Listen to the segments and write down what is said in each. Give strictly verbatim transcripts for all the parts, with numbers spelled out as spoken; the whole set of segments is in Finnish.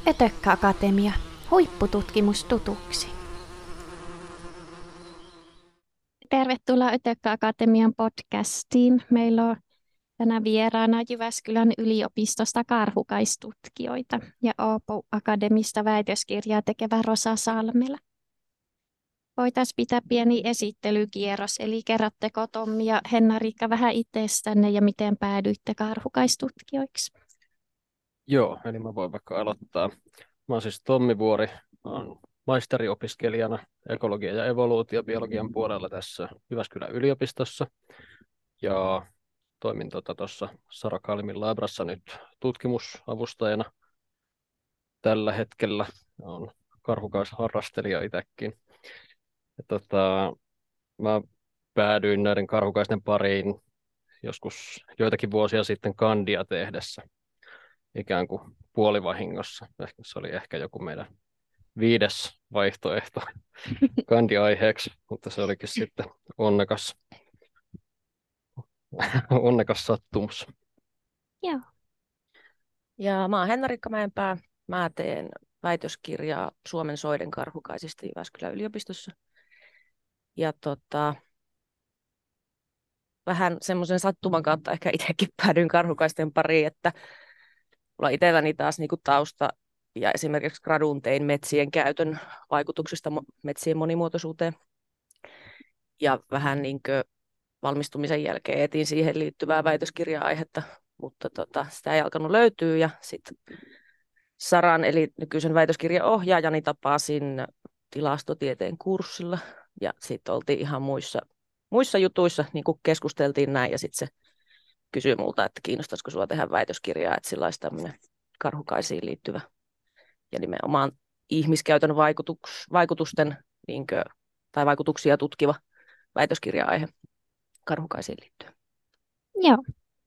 Ötökkä Akatemia. Huippututkimus tutuksi. Tervetuloa Ötökkä Akatemian podcastiin. Meillä on tänä vieraana Jyväskylän yliopistosta karhukaistutkijoita ja Åbo Akademista väitöskirjaa tekevä Rosa Salmela. Voitaisiin pitää pieni esittelykierros, eli kerrotteko Tommi ja Henna-Riikka vähän itsestänne ja miten päädyitte karhukaistutkijoiksi? Joo, eli mä voin vaikka aloittaa. Mä oon siis Tommi Vuori, mä oon maisteriopiskelijana ekologia- ja evoluutiobiologian puolella tässä Jyväskylän yliopistossa. Ja toimin tuossa tota, Sara Kalmin labrassa nyt tutkimusavustajana tällä hetkellä. Olen karhukaisharrastelija itsekin. Ja tota, mä päädyin näiden karhukaisten pariin joskus joitakin vuosia sitten kandia tehdessä. Ikään kuin puolivahingossa. Se oli ehkä joku meidän viides vaihtoehto kandiaiheeksi, mutta se olikin sitten onnekas, onnekas sattumus. Joo. Ja mä oon Henna-Riikka Mäenpää. Mä teen väitöskirjaa Suomen soiden karhukaisista Jyväskylän yliopistossa. Ja tota, vähän semmoisen sattuman kautta ehkä itsekin päädyin karhukaisten pariin, että mulla itselläni taas niinku tausta ja esimerkiksi gradun tein metsien käytön vaikutuksista metsien monimuotoisuuteen. Ja vähän niin kuin valmistumisen jälkeen etin siihen liittyvää väitöskirja-aihetta, mutta tota, sitä ei alkanut löytyä. Ja sitten Saran, eli nykyisen väitöskirjaohjaajani, tapasin tilastotieteen kurssilla. Ja sitten oltiin ihan muissa, muissa jutuissa, niin kuin keskusteltiin näin. Ja sitten se kysyi multa, että kiinnostaisiko sinua tehdä väitöskirjaa, että sillä olisi tämmöinen karhukaisiin liittyvä ja nimenomaan ihmiskäytön vaikutus, vaikutusten niin kuin, tai vaikutuksia tutkiva väitöskirja-aihe karhukaisiin liittyen. Joo.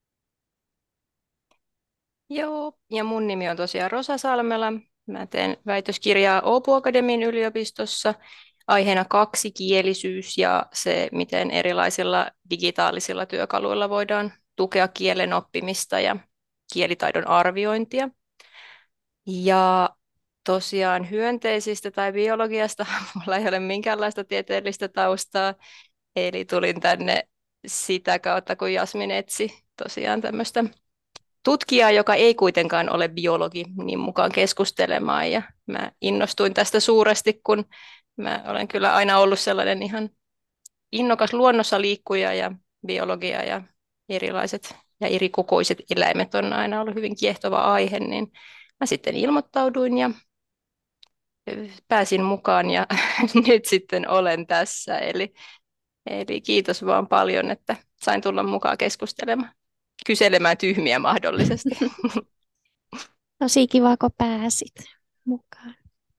Joo, ja mun nimi on tosiaan Rosa Salmela. Mä teen väitöskirjaa Åbo Akademin yliopistossa aiheena kaksikielisyys ja se, miten erilaisilla digitaalisilla työkaluilla voidaan tukea kielen oppimista ja kielitaidon arviointia. Ja tosiaan hyönteisistä tai biologiasta mulla ei ole minkäänlaista tieteellistä taustaa, eli tulin tänne sitä kautta, kun Jasmin etsi tosiaan tämmöistä tutkijaa, joka ei kuitenkaan ole biologi, niin mukaan keskustelemaan. Ja mä innostuin tästä suuresti, kun mä olen kyllä aina ollut sellainen ihan innokas luonnossa liikkuja ja biologia ja erilaiset ja eri kokoiset eläimet on aina ollut hyvin kiehtova aihe, niin mä sitten ilmoittauduin ja pääsin mukaan ja nyt sitten olen tässä. Eli, eli kiitos vaan paljon, että sain tulla mukaan keskustelemaan, kyselemään tyhmiä mahdollisesti. Tosi kiva, kun pääsit mukaan.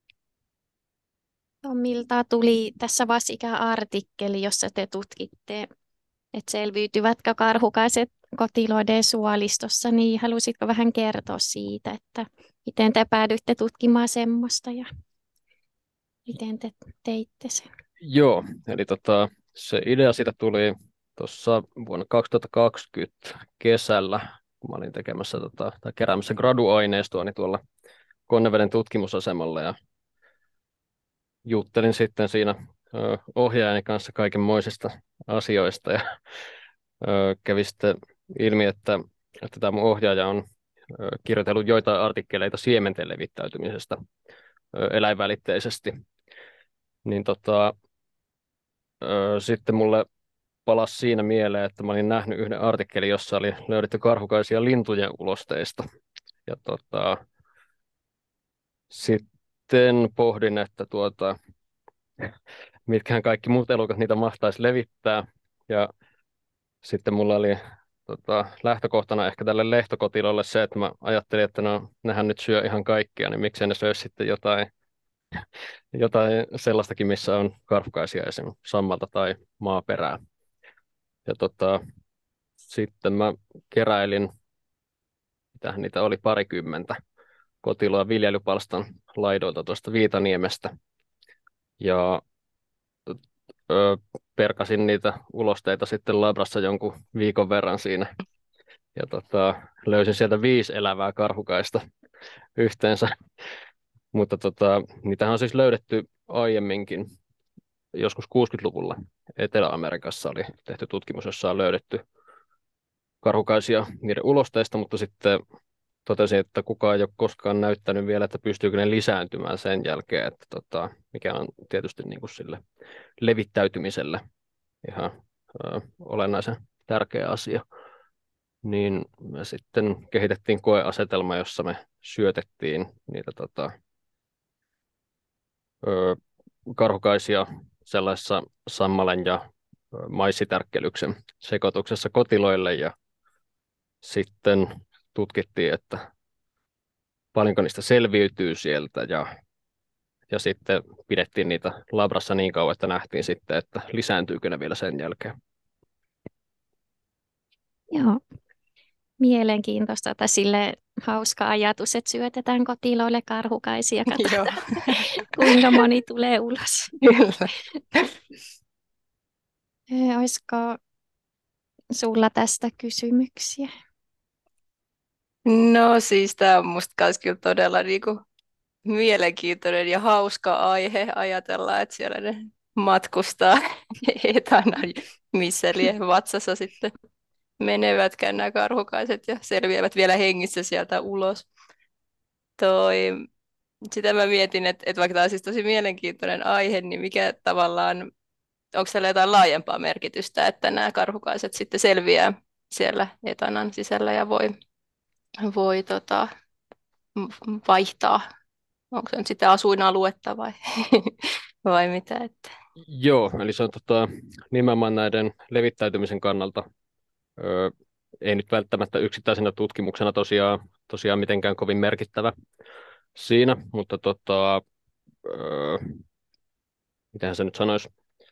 Tommilta tuli tässä vastikään artikkeli, jossa te tutkitte, että selviytyvätkö karhukaiset kotiloiden suolistossa, niin halusitko vähän kertoa siitä, että miten te päädyitte tutkimaan semmoista ja miten te teitte sen? Joo, eli tota, se idea siitä tuli tuossa vuonna kaksituhattakaksikymmentä kesällä, kun mä olin tekemässä tota, tai keräämässä graduaineistoa niin tuolla Konneveden tutkimusasemalla ja juttelin sitten siinä ö, ohjaajani kanssa kaikenmoisista asioista ja ö, kävi sitten ilmi, että, että tämä mun ohjaaja on ö, kirjoitellut joitain artikkeleita siementen levittäytymisestä ö, eläinvälitteisesti. Niin tota, ö, sitten mulle palasi siinä mieleen, että mä olin nähnyt yhden artikkelin, jossa oli löydetty karhukaisia lintujen ulosteista. Ja tota, sitten pohdin, että tuota, mitkähän kaikki muut elukat niitä mahtaisi levittää. Ja sitten mulla oli tota, lähtökohtana ehkä tälle lehtokotilolle se, että mä ajattelin, että no, nehän nyt syö ihan kaikkea, niin miksei ne syö sitten jotain, jotain sellaistakin, missä on karhukaisia, esimerkiksi sammalta tai maaperää. Ja tota, sitten mä keräilin, mitähän niitä oli parikymmentä kotiloa viljelypalstan laidoilta tuosta Viitaniemestä. Ja ö, perkasin niitä ulosteita sitten labrassa jonkun viikon verran siinä. Ja tota, löysin sieltä viisi elävää karhukaista yhteensä. Mutta tota, niitähän on siis löydetty aiemminkin, joskus kuusikymmentäluvulla Etelä-Amerikassa oli tehty tutkimus, jossa on löydetty karhukaisia niiden ulosteista, mutta sitten totesin, että kukaan ei ole koskaan näyttänyt vielä, että pystyykö ne lisääntymään sen jälkeen, että tota, mikä on tietysti niin kuin sille levittäytymiselle ihan ö, olennaisen tärkeä asia. Niin me sitten kehitettiin koeasetelma, jossa me syötettiin niitä tota, ö, karhukaisia sellaisessa sammalen ja ö, maissitärkkelyksen sekoituksessa kotiloille ja sitten tutkittiin, että paljonko niistä selviytyy sieltä ja, ja sitten pidettiin niitä labrassa niin kauan, että nähtiin sitten, että lisääntyykö ne vielä sen jälkeen. Joo, mielenkiintoista tai sille hauska ajatus, että syötetään kotiloille karhukaisia. Joo, Katsotaan, kuinka moni tulee ulos. kyllä. Ö, Olisiko sulla tästä kysymyksiä? No siis tämä on musta kans kyllä todella niinku mielenkiintoinen ja hauska aihe ajatella, että siellä ne matkustaa etana, missä lie vatsassa sitten menevätkään nämä karhukaiset ja selviävät vielä hengissä sieltä ulos. Toi, sitä mä mietin, että, että vaikka tämä on siis tosi mielenkiintoinen aihe, niin mikä tavallaan, onko siellä jotain laajempaa merkitystä, että nämä karhukaiset sitten selviää siellä etanan sisällä ja voi, voi tota, vaihtaa. Onko se nyt sitten asuinaluetta vai, vai mitä? Että... Joo, eli se on tota, nimenomaan näiden levittäytymisen kannalta ö, ei nyt välttämättä yksittäisenä tutkimuksena tosiaan, tosiaan mitenkään kovin merkittävä siinä, mutta tota, ö, mitenhän se nyt sanoisi?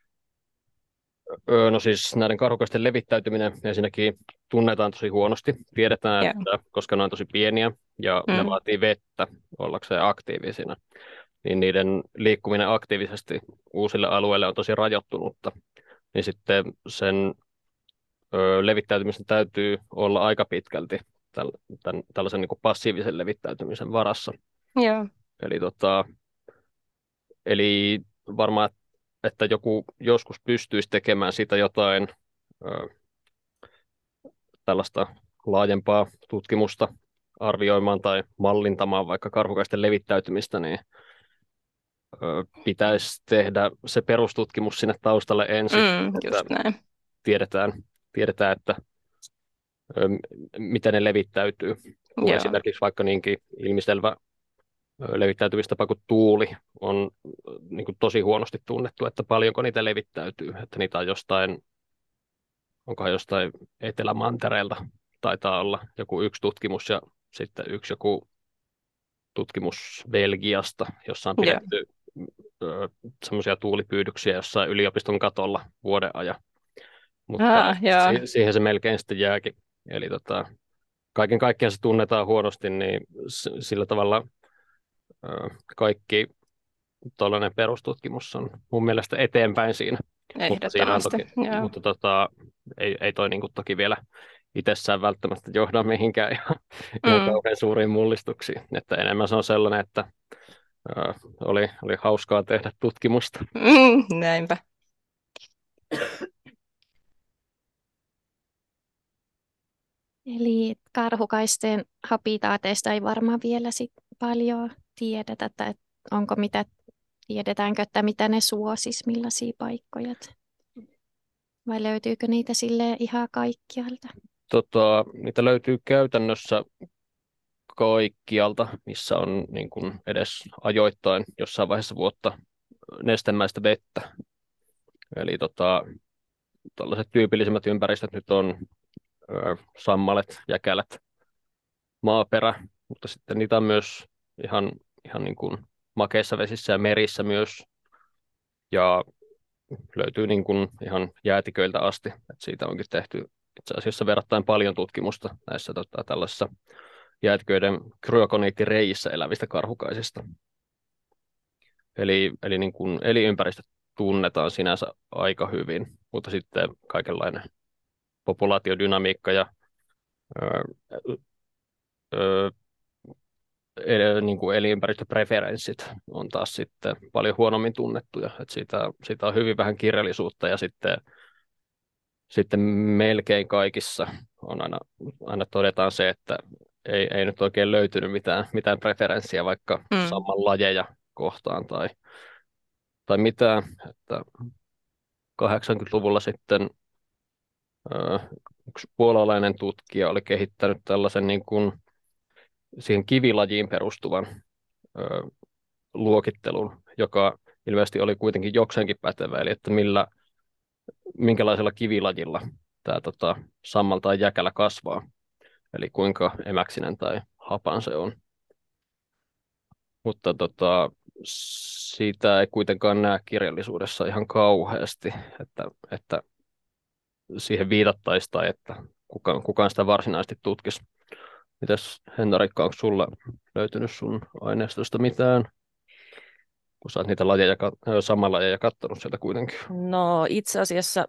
Öö, no siis näiden karhukaisten levittäytyminen ensinnäkin tunnetaan tosi huonosti. Tiedetään, Joo. että koska ne on tosi pieniä ja mm. ne Mm. vaatii vettä ollakseen aktiivisina, niin niiden liikkuminen aktiivisesti uusille alueille on tosi rajoittunutta. Niin sitten sen ö, levittäytymisen täytyy olla aika pitkälti täl, tämän, tällaisen niin kuin passiivisen levittäytymisen varassa. Joo. Eli, tota, eli varmaan, että joku joskus pystyisi tekemään siitä jotain ö, tällaista laajempaa tutkimusta arvioimaan tai mallintamaan vaikka karhukaisten levittäytymistä, niin ö, pitäisi tehdä se perustutkimus sinne taustalle ensin, Mm, että just näin. tiedetään, tiedetään että ö, m- miten ne levittäytyy. Kun Joo. esimerkiksi vaikka niinkin ilmiselvä ö, levittäytymistapa kuin tuuli on ö, niin kuin tosi huonosti tunnettu, että paljonko niitä levittäytyy, että niitä on jostain, onkohan jostain Etelämantereelta taitaa olla joku yksi tutkimus ja sitten yksi joku tutkimus Belgiasta, jossa on Joo. pidetty semmoisia tuulipyydyksiä jossain yliopiston katolla vuoden ajan. Mutta Ah, joo. si- siihen se melkein sitten jääkin. Eli tota, kaiken kaikkiaan se tunnetaan huonosti, niin s- sillä tavalla ö, kaikki tuollainen perustutkimus on mun mielestä eteenpäin siinä. Mutta siinä on Ehdottomasti. toki, Joo. mutta tota, ei, ei toi niinku toki vielä itsessään välttämättä johda mihinkään ihan, ihan Mm. kauhean suuriin mullistuksiin. Että enemmän se on sellainen, että ö, oli, oli hauskaa tehdä tutkimusta. Mm, näinpä. Eli karhukaisten habitaateista ei varmaan vielä sit paljon tiedetä, että et onko mitä, tiedetäänkö, että mitä ne suosis, millaisia paikkoja. et- Vai löytyykö niitä sille ihan kaikkialta? Tota, niitä löytyy käytännössä kaikkialta, missä on niin kuin edes ajoittain jossain vaiheessa vuotta nestemäistä vettä. Eli tota, tällaiset tyypillisimmät ympäristöt nyt on ö, sammalet, jäkälät, maaperä, mutta sitten niitä on myös ihan, ihan niin kuin makeissa vesissä ja merissä myös. Ja löytyy niin kuin ihan jäätiköiltä asti. Et siitä onkin tehty itse asiassa verrattain paljon tutkimusta näissä tota, tällaisissa jäätiköiden kryokoniittireiissä elävistä karhukaisista. Eli, eli niin kuin elinympäristöt tunnetaan sinänsä aika hyvin, mutta sitten kaikenlainen populaatiodynamiikka ja ö, ö, el, niin kuin elinympäristöpreferenssit on taas sitten paljon huonommin tunnettuja. Että siitä, siitä on hyvin vähän kirjallisuutta ja sitten, sitten melkein kaikissa on aina, aina todetaan se, että ei, ei nyt oikein löytynyt mitään, mitään preferenssiä vaikka Mm. saman lajeja kohtaan tai, tai mitään. Että kahdeksankymmentäluvulla sitten ö, yksi puolalainen tutkija oli kehittänyt tällaisen niin kuin siihen kivilajiin perustuvan ö, luokittelun, joka ilmeisesti oli kuitenkin jokseenkin pätevä, eli että millä, minkälaisella kivilajilla tämä tota, sammal tai jäkälä kasvaa, eli kuinka emäksinen tai hapan se on. Mutta tota, siitä ei kuitenkaan näe kirjallisuudessa ihan kauheasti, että, että siihen viitattaisiin tai että kukaan, kukaan sitä varsinaisesti tutkisi. Mitäs Henrikka, onko sulla löytynyt sun aineistosta mitään? Kun sä oot niitä lajeja, samaa lajeja kattonut sieltä kuitenkin. No itse asiassa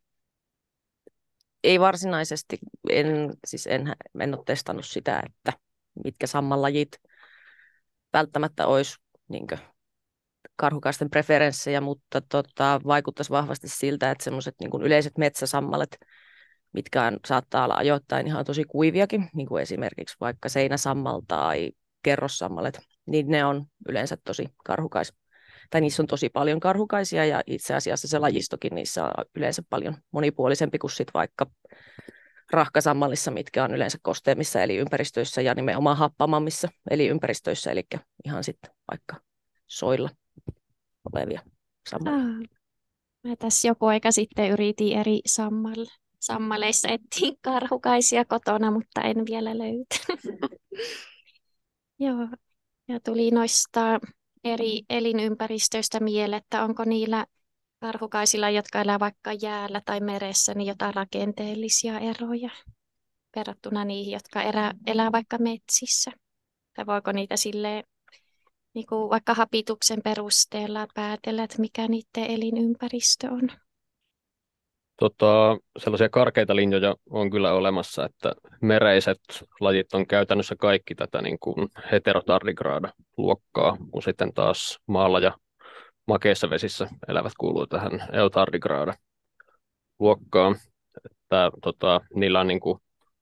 ei varsinaisesti, en, siis en, en ole testannut sitä, että mitkä sammalajit välttämättä olisi niin karhukaisten preferenssejä, mutta tota, vaikuttaisi vahvasti siltä, että semmoiset niin yleiset metsäsammalet, mitkä on, saattaa olla ajoittain ihan tosi kuiviakin, niin kuin esimerkiksi vaikka seinäsammal tai kerrossammalet, niin ne on yleensä tosi karhukais, tai niissä on tosi paljon karhukaisia, ja itse asiassa se lajistokin niissä on yleensä paljon monipuolisempi kuin sit vaikka rahkasammalissa, mitkä on yleensä kosteemmissa elinympäristöissä ja nimenomaan happamammissa elinympäristöissä, eli ihan sitten vaikka soilla olevia sammalia. Ah, mä tässä joku aika sitten yritin eri sammal, sammaleissa etsiä karhukaisia kotona, mutta en vielä löytänyt. Joo, ja tuli noista eri elinympäristöistä mieleen, että onko niillä karhukaisilla, jotka elää vaikka jäällä tai meressä, niin jotain rakenteellisia eroja verrattuna niihin, jotka elää, elää vaikka metsissä. Tai voiko niitä silleen, niin kuin vaikka hapituksen perusteella päätellä, että mikä niiden elinympäristö on? Tota, sellaisia karkeita linjoja on kyllä olemassa, että mereiset lajit on käytännössä kaikki tätä niin kuin heterotardigrada-luokkaa, kun sitten taas maalla ja makeissa vesissä elävät kuuluu tähän eutardigrada-luokkaan. Että, tota, niillä on niin kuin,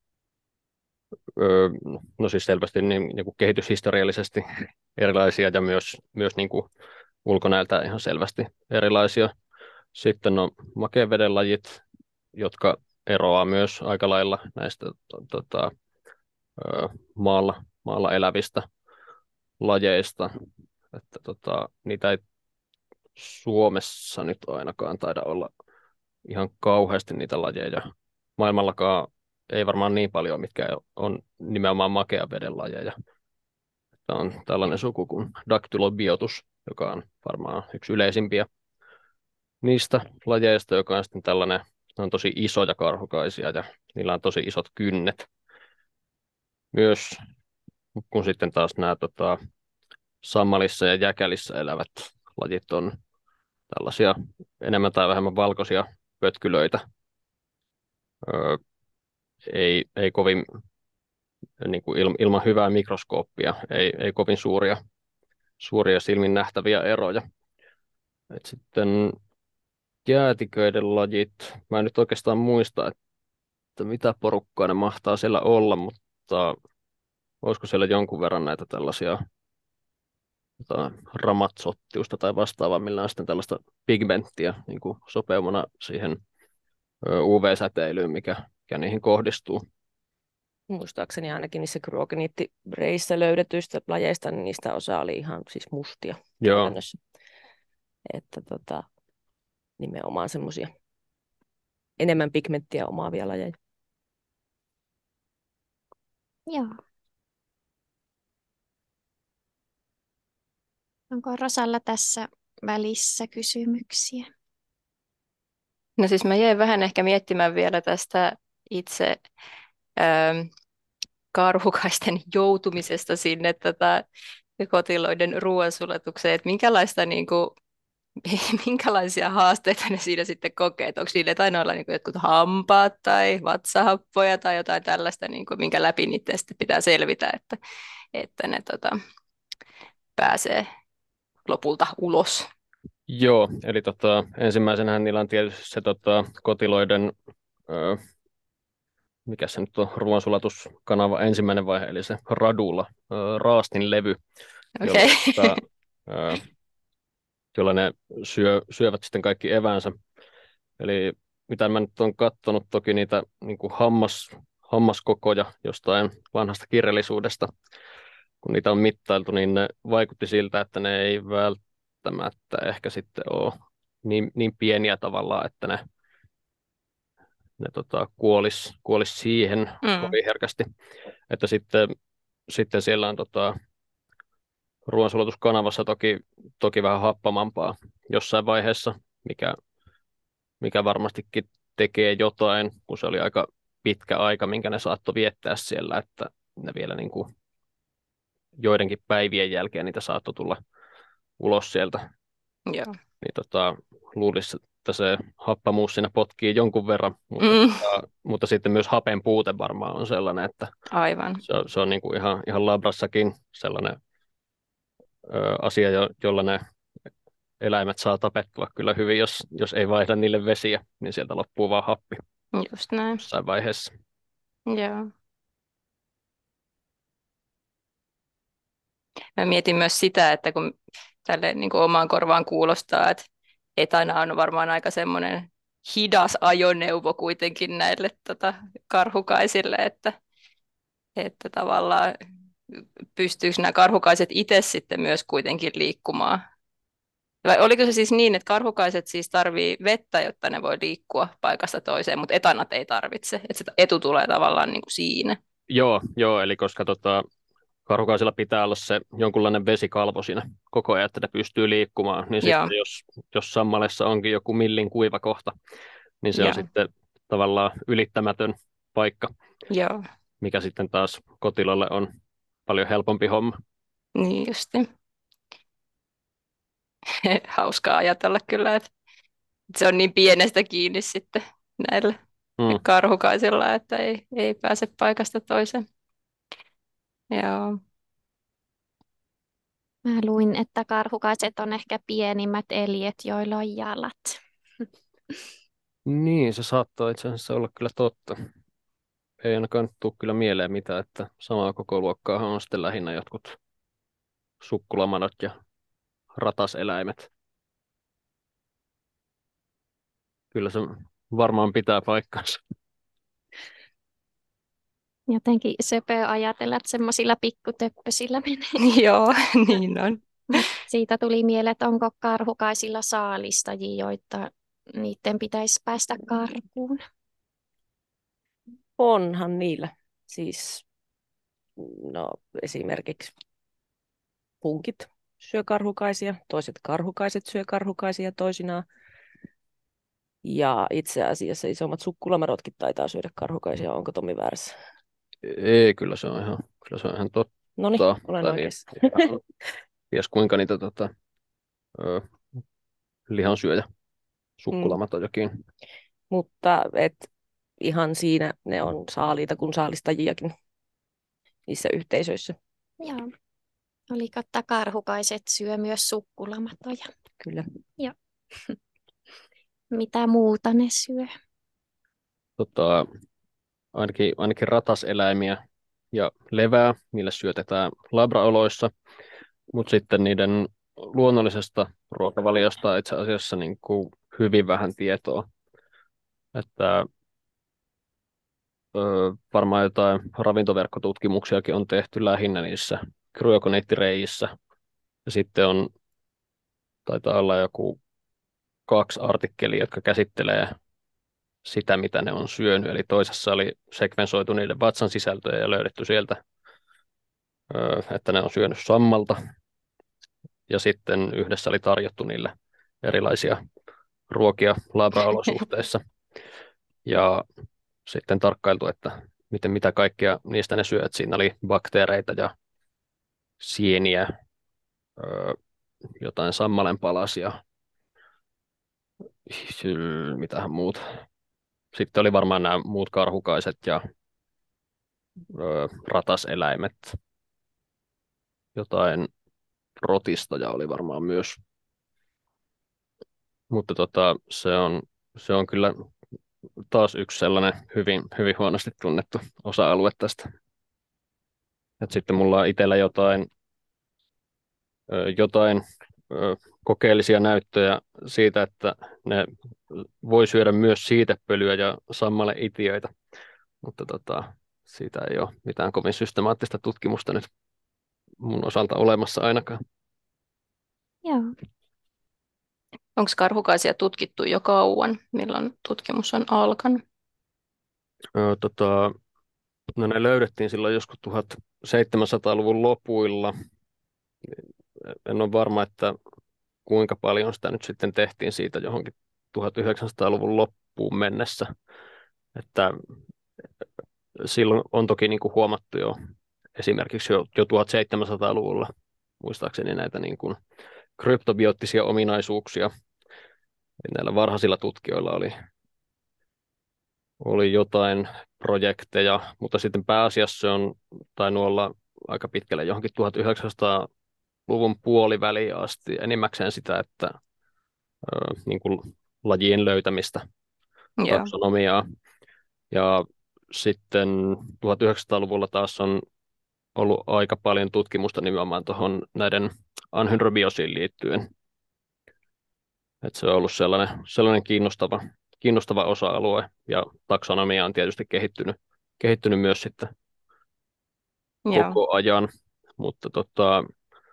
öö, no siis selvästi niin, niin kuin kehityshistoriallisesti erilaisia ja myös, myös niin kuin ulkonäöltä ihan selvästi erilaisia. Sitten on makeen veden lajit, jotka eroaa myös aika lailla näistä tota, maalla, maalla elävistä lajeista. Että, tota, niitä ei Suomessa nyt ainakaan taida olla ihan kauheasti niitä lajeja. Maailmallakaan ei varmaan niin paljon, mitkä on nimenomaan makean veden lajeja. Tämä on tällainen suku kuin Dactylobiotus, joka on varmaan yksi yleisimpiä niistä lajeista, joka on sitten tällainen, ne on tosi isoja karhukaisia ja niillä on tosi isot kynnet. Myös kun sitten taas nämä tota, sammalissa ja jäkälissä elävät lajit on tällaisia enemmän tai vähemmän valkoisia pötkylöitä. Öö, ei, ei kovin niin kuin ilman hyvää mikroskooppia, ei, ei kovin suuria, suuria silmin nähtäviä eroja. Et sitten jäätiköiden lajit, mä en nyt oikeastaan muista, että mitä porukkaa ne mahtaa siellä olla, mutta olisiko siellä jonkun verran näitä tällaisia ramatsottiusta tai vastaavaa, millä on sitten tällaista pigmenttiä niin kuin sopeumana siihen U V-säteilyyn, mikä, mikä niihin kohdistuu. Muistaakseni ainakin niissä kryogeniittireissä löydetyistä lajeista, niin niistä osa oli ihan siis mustia. Joo. Että tota, nimenomaan semmoisia enemmän pigmenttiä omaavia lajeja. Joo. Onko Rosalla tässä välissä kysymyksiä? No siis mä jäin vähän ehkä miettimään vielä tästä itse ähm, karhukaisten joutumisesta sinne tätä kotiloiden ruoansulatukseen, että minkälaista niin kuin, minkälaisia haasteita ne siinä sitten kokee, että onko niille aina olla niin kuin jotkut hampaat tai vatsahappoja tai jotain tällaista, niin kuin, minkä läpi niiden sitten pitää selvitä, että että ne tota, pääsee lopulta ulos. Joo, eli tota, ensimmäisenähän niillä on tietysti se tota, kotiloiden, ö, mikä se nyt on, ruoansulatuskanava ensimmäinen vaihe, eli se radula, ö, raastin levy, jolla, Okei. tota, ö, jolla ne syö, syövät sitten kaikki eväänsä. Eli mitä mä nyt olen katsonut, toki niitä niin kuin hammas, hammaskokoja jostain vanhasta kirjallisuudesta, kun niitä on mittailtu, niin ne vaikutti siltä, että ne ei välttämättä ehkä sitten ole niin, niin pieniä tavallaan, että ne, ne tota, kuolis, kuolis siihen Mm. kovin herkästi. Että sitten, sitten siellä on tota, ruoansulatuskanavassa toki, toki vähän happamampaa jossain vaiheessa, mikä, mikä varmastikin tekee jotain, kun se oli aika pitkä aika, minkä ne saattoi viettää siellä, että ne vielä niin kuin joidenkin päivien jälkeen niitä saattoi tulla ulos sieltä. Joo. Niin tota, luulisi, että se happamuus siinä potkii jonkun verran, mutta, Mm. tota, mutta sitten myös hapen puute varmaan on sellainen, että Aivan. se on, se on niin kuin ihan, ihan labrassakin sellainen ö, asia, jo, jolla ne eläimet saa tapettua kyllä hyvin, jos, jos ei vaihda niille vesiä, niin sieltä loppuu vaan happi Just näin. jossain vaiheessa. Joo. Mä mietin myös sitä, että kun tälle niin kuin omaan korvaan kuulostaa, että etana on varmaan aika semmoinen hidas ajoneuvo kuitenkin näille tota, karhukaisille, että, että tavallaan pystyykö nämä karhukaiset itse sitten myös kuitenkin liikkumaan. Vai oliko se siis niin, että karhukaiset siis tarvii vettä, jotta ne voi liikkua paikasta toiseen, mutta etanat ei tarvitse, että se etu tulee tavallaan niin kuin siinä. Joo, joo, eli koska tota, karhukaisilla pitää olla se jonkunlainen vesikalvo siinä koko ajan, että ne pystyy liikkumaan, niin Joo. sitten jos, jos sammalessa onkin joku millin kuiva kohta, niin se Joo. on sitten tavallaan ylittämätön paikka, Joo, mikä sitten taas kotilolle on paljon helpompi homma. niin justi. Hauskaa ajatella kyllä, että se on niin pienestä kiinni sitten näillä Mm. karhukaisilla, että ei, ei pääse paikasta toiseen. Joo. Mä luin, että karhukaiset on ehkä pienimmät eliöt, joilla on jalat. Niin, se saattaa itse asiassa olla kyllä totta. Ei ainakaan nyt tule kyllä mieleen mitään, että samaa koko luokkaa on sitten lähinnä jotkut sukkulamanat ja rataseläimet. Kyllä se varmaan pitää paikkansa. Jotenkin söpö ajatella, että semmoisilla pikkutöppösillä menee. Joo, niin on. Siitä tuli mieleen, että onko karhukaisilla saalistajia, joita niiden pitäisi päästä karkuun. Onhan niillä. Siis no, esimerkiksi punkit syö karhukaisia, toiset karhukaiset syö karhukaisia toisinaan. Ja itse asiassa isommat sukkulamarotkin taitaa syödä karhukaisia. Onko Tommi väärässä? Ei, kyllä se on ihan, kyllä se on ihan totta. No niin, olen Tai oikeassa. ihan- Ties kuinka niitä tota, ö, lihansyöjä sukkulamat on jokin. Mutta et, ihan siinä ne on saaliita kuin saalistajiakin niissä yhteisöissä. Joo. Oliko, että karhukaiset syö myös sukkulamatoja? Kyllä. Mitä muuta ne syö? Tota, ainakin, ainakin rataseläimiä ja levää, niille syötetään labraoloissa, mutta sitten niiden luonnollisesta ruokavaliosta on itse asiassa niin kuin hyvin vähän tietoa. Että ö, varmaan jotain ravintoverkkotutkimuksiakin on tehty lähinnä niissä kryokoneittireijissä. Ja sitten on, taitaa olla joku kaksi artikkelia, jotka käsittelee sitä, mitä ne on syönyt. Eli toisessa oli sekvensoitu niiden vatsan sisältöjä ja löydetty sieltä, ö, että ne on syönyt sammalta. Ja sitten yhdessä oli tarjottu niille erilaisia ruokia labraolosuhteissa. Ja sitten tarkkailtu, että miten, mitä kaikkea niistä ne syö. Että siinä oli bakteereita ja sieniä, öö, jotain sammalen palasia, mitähän muuta. Sitten oli varmaan nämä muut karhukaiset ja öö, rataseläimet. jotain protistoja oli varmaan myös. Mutta tota, se on, se on kyllä taas yksi sellainen hyvin, hyvin huonosti tunnettu osa-alue tästä. Et sitten mulla on itsellä jotain, ö, jotain ö, kokeellisia näyttöjä siitä, että ne voi syödä myös siitepölyä ja sammaleitiöitä, mutta tota, siitä ei ole mitään kovin systemaattista tutkimusta nyt mun osalta olemassa ainakaan. Joo. Onko karhukaisia tutkittu jo kauan? Milloin tutkimus on alkanut? Ö, tota, no ne löydettiin silloin joskus tuhatseitsemänsataaluvun lopuilla. En ole varma, että kuinka paljon sitä nyt sitten tehtiin siitä johonkin tuhatyhdeksänsataaluvun loppuun mennessä. Että silloin on toki niin kuin huomattu jo esimerkiksi jo, jo tuhatseitsemänsataaluvulla muistaakseni näitä niin kuin kryptobiottisia ominaisuuksia. Eli näillä varhaisilla tutkijoilla oli, oli jotain projekteja, mutta sitten pääasiassa se on tainnut olla aika pitkälle johonkin tuhatyhdeksänsataaluvun puoliväliin asti enimmäkseen sitä, että ö, niin kuin lajien löytämistä, Joo. taksonomiaa. Ja sitten tuhatyhdeksänsataaluvulla taas on ollut aika paljon tutkimusta nimenomaan tuohon näiden anhydrobiosiin liittyen. Et se on ollut sellainen, sellainen kiinnostava, kiinnostava osa-alue, ja taksonomia on tietysti kehittynyt, kehittynyt myös sitten Joo. koko ajan, mutta tota,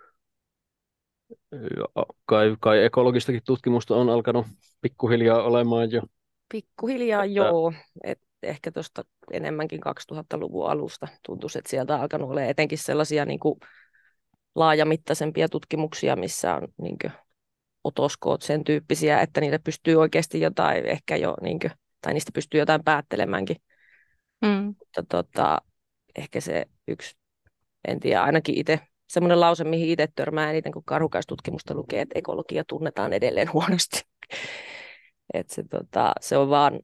kai, kai ekologistakin tutkimusta on alkanut pikkuhiljaa olemaan jo. Pikkuhiljaa Että- joo, et ehkä tuosta enemmänkin kaksituhattaluvun alusta tuntuisi, että sieltä on alkanut olla etenkin sellaisia niin kuin laajamittaisempia tutkimuksia, missä on niin kuin otoskoot sen tyyppisiä, että niitä pystyy oikeasti jotain ehkä jo, niin kuin, tai niistä pystyy jotain päättelemäänkin. Mm. Mutta tota, ehkä se yksi, en tiedä, ainakin itse, semmoinen lause, mihin itse törmää eniten, kun karhukaistutkimusta lukee, että ekologia tunnetaan edelleen huonosti. Et se, tota, se on vaan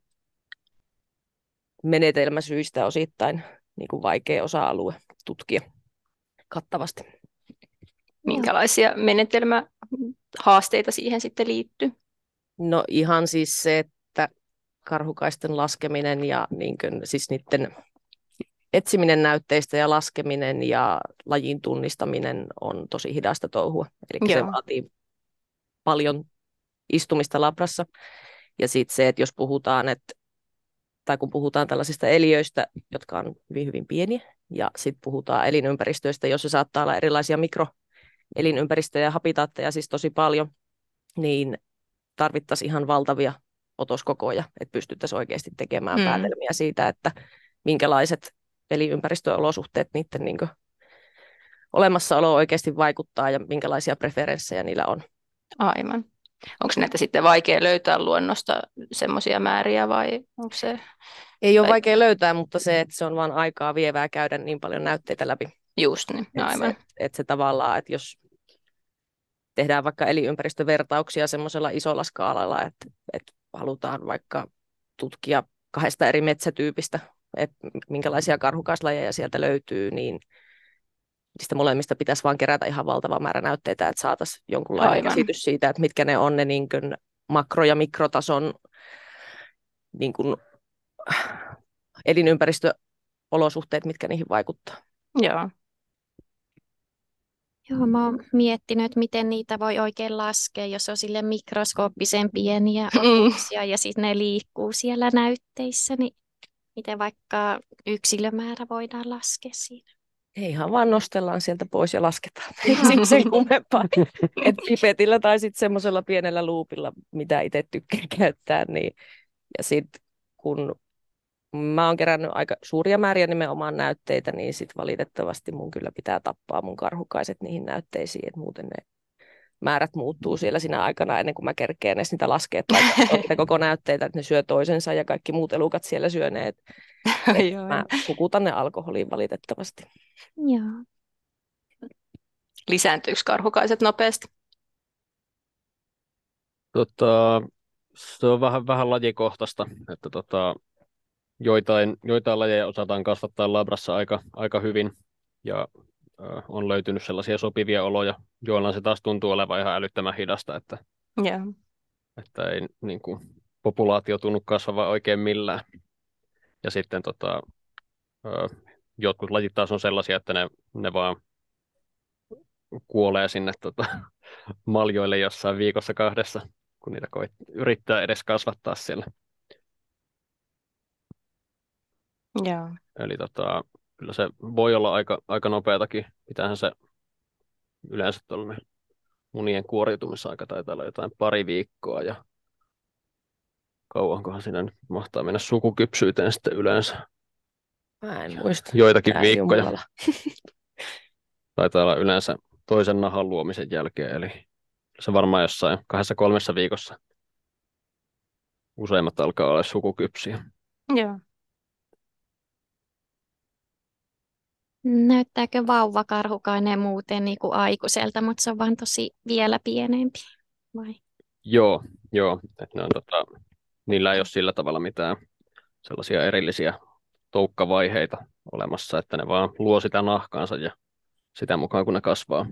menetelmäsyistä osittain niin kuin vaikea osa-alue tutkia kattavasti. Minkälaisia menetelmähaasteita siihen sitten liittyy? No ihan siis se, että karhukaisten laskeminen ja niin kuin, siis niiden etsiminen näytteistä ja laskeminen ja lajin tunnistaminen on tosi hidasta touhua. Eli se Joo. vaatii paljon istumista labrassa. Ja sitten se, että jos puhutaan, että, tai kun puhutaan tällaisista eliöistä, jotka on hyvin, hyvin pieniä, ja sitten puhutaan elinympäristöistä, joissa saattaa olla erilaisia mikroelinympäristöjä ja habitaatteja siis tosi paljon, niin tarvittaisiin ihan valtavia otoskokoja, että pystyttäisiin oikeasti tekemään Mm. päätelmiä siitä, että minkälaiset elinympäristöolosuhteet niiden niin kuin olemassaolo oikeasti vaikuttaa ja minkälaisia preferenssejä niillä on. Aivan. Onko näitä sitten vaikea löytää luonnosta semmoisia määriä vai onko se Ei ole Tai- vaikea löytää, mutta se, että se on vain aikaa vievää käydä niin paljon näytteitä läpi. just niin? Että Aivan. se, että se tavallaan, että jos tehdään vaikka elinympäristövertauksia semmoisella isolla skaalalla, että, että halutaan vaikka tutkia kahdesta eri metsätyypistä, että minkälaisia karhukaislajeja sieltä löytyy, niin niistä molemmista pitäisi vaan kerätä ihan valtava määrä näytteitä, että saataisiin jonkunlainen Aivan. käsitys siitä, että mitkä ne on ne niin kuin makro- ja mikrotason niin kuin elinympäristöolosuhteet, mitkä niihin vaikuttaa. Joo. Joo, mä oon miettinyt, että miten niitä voi oikein laskea, jos on sille mikroskooppisen pieniä Mm. otuksia ja sitten ne liikkuu siellä näytteissä, niin miten vaikka yksilömäärä voidaan laskea siinä? Ei ihan vaan nostellaan sieltä pois ja lasketaan. Ei sitten sen kummempaa. Et pipetillä tai sitten semmoisella pienellä luupilla, mitä itse tykkään käyttää. Niin. Ja sitten kun mä oon kerännyt aika suuria määriä nimenomaan näytteitä, niin sitten valitettavasti mun kyllä pitää tappaa mun karhukaiset niihin näytteisiin, että muuten ne määrät muuttuu siellä siinä aikana ennen kuin mä kerkeen edes niitä laskea, että laittaa niitä koko näytteitä, että ne syö toisensa ja kaikki muut elukat siellä syöneet. Joo. Mä hukutan ne alkoholiin valitettavasti. Joo. Lisääntyykö karhukaiset nopeasti? Tota, se on vähän, vähän lajikohtaista, että tota, joitain, joitain lajeja osataan kasvattaa labrassa aika, aika hyvin, ja on löytynyt sellaisia sopivia oloja, joilla se taas tuntuu olevan ihan älyttömän hidasta, että, Joo. että ei niin kuin, populaatio tunnu kasvava oikein millään. Ja sitten tota, jotkut lajit taas on sellaisia, että ne, ne vaan kuolee sinne tota, maljoille jossain viikossa kahdessa, kun niitä koit, yrittää edes kasvattaa siellä. Joo. Eli tota, kyllä se voi olla aika, aika nopeatakin. Pitäähän se yleensä tuollainen munien kuoriutumisaika taitaa olla jotain pari viikkoa ja kauankohan siinä nyt mahtaa mennä sukukypsyyteen sitten yleensä. Mä en muista. Joitakin Tää ei oo viikkoja. muualla. Taitaa olla yleensä toisen nahan luomisen jälkeen, eli se varmaan jossain kahdessa kolmessa viikossa useimmat alkaa olla sukukypsiä. Joo. Näyttääkö vauvakarhukainen muuten niin kuin aikuiselta, mutta se on vaan tosi vielä pienempi, vai? Joo, joo. Että ne on, tota, niillä ei ole sillä tavalla mitään sellaisia erillisiä toukkavaiheita olemassa, että ne vaan luo sitä nahkaansa ja sitä mukaan kun ne kasvaa.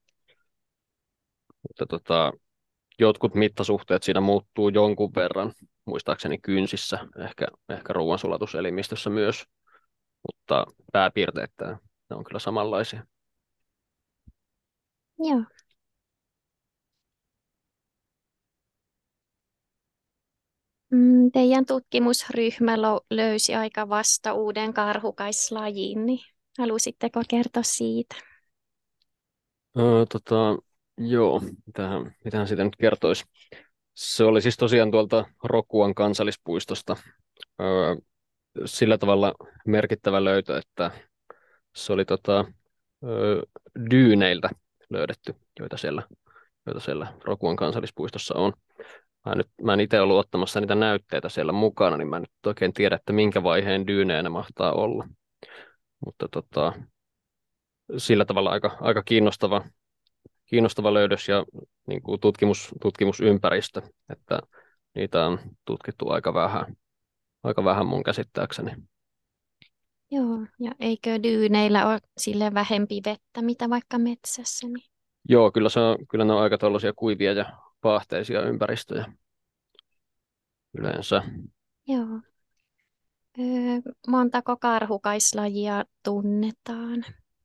Mutta tota, jotkut mittasuhteet siinä muuttuu jonkun verran, muistaakseni kynsissä, ehkä, ehkä ruoansulatuselimistössä myös, mutta pääpiirteittäin ne on kyllä samanlaisia. Joo. Mm, Teidän tutkimusryhmä lo- löysi aika vasta uuden karhukaislajin, niin halusitteko kertoa siitä? Öö, tota, joo, mitähän, mitähän siitä nyt kertoisi. Se oli siis tosiaan tuolta Rokuan kansallispuistosta öö, sillä tavalla merkittävä löytö, että se oli tota, öö, dyyneiltä löydetty, joita siellä, joita siellä Rokuan kansallispuistossa on. Mä, nyt, mä en itse ollut ottamassa niitä näytteitä siellä mukana, niin mä en nyt oikein tiedä, että minkä vaiheen dyynejä ne mahtaa olla. Mutta tota, sillä tavalla aika, aika kiinnostava, kiinnostava löydös ja niin kuin tutkimus, tutkimusympäristö, että niitä on tutkittu aika vähän, aika vähän mun käsittääkseni. Joo, ja eikö dyyneillä ole sille vähempi vettä, mitä vaikka metsässä? Niin... Joo, kyllä, se on, kyllä ne on aika tällaisia kuivia ja paahteisia ympäristöjä yleensä. Joo. Öö, montako karhukaislajia tunnetaan?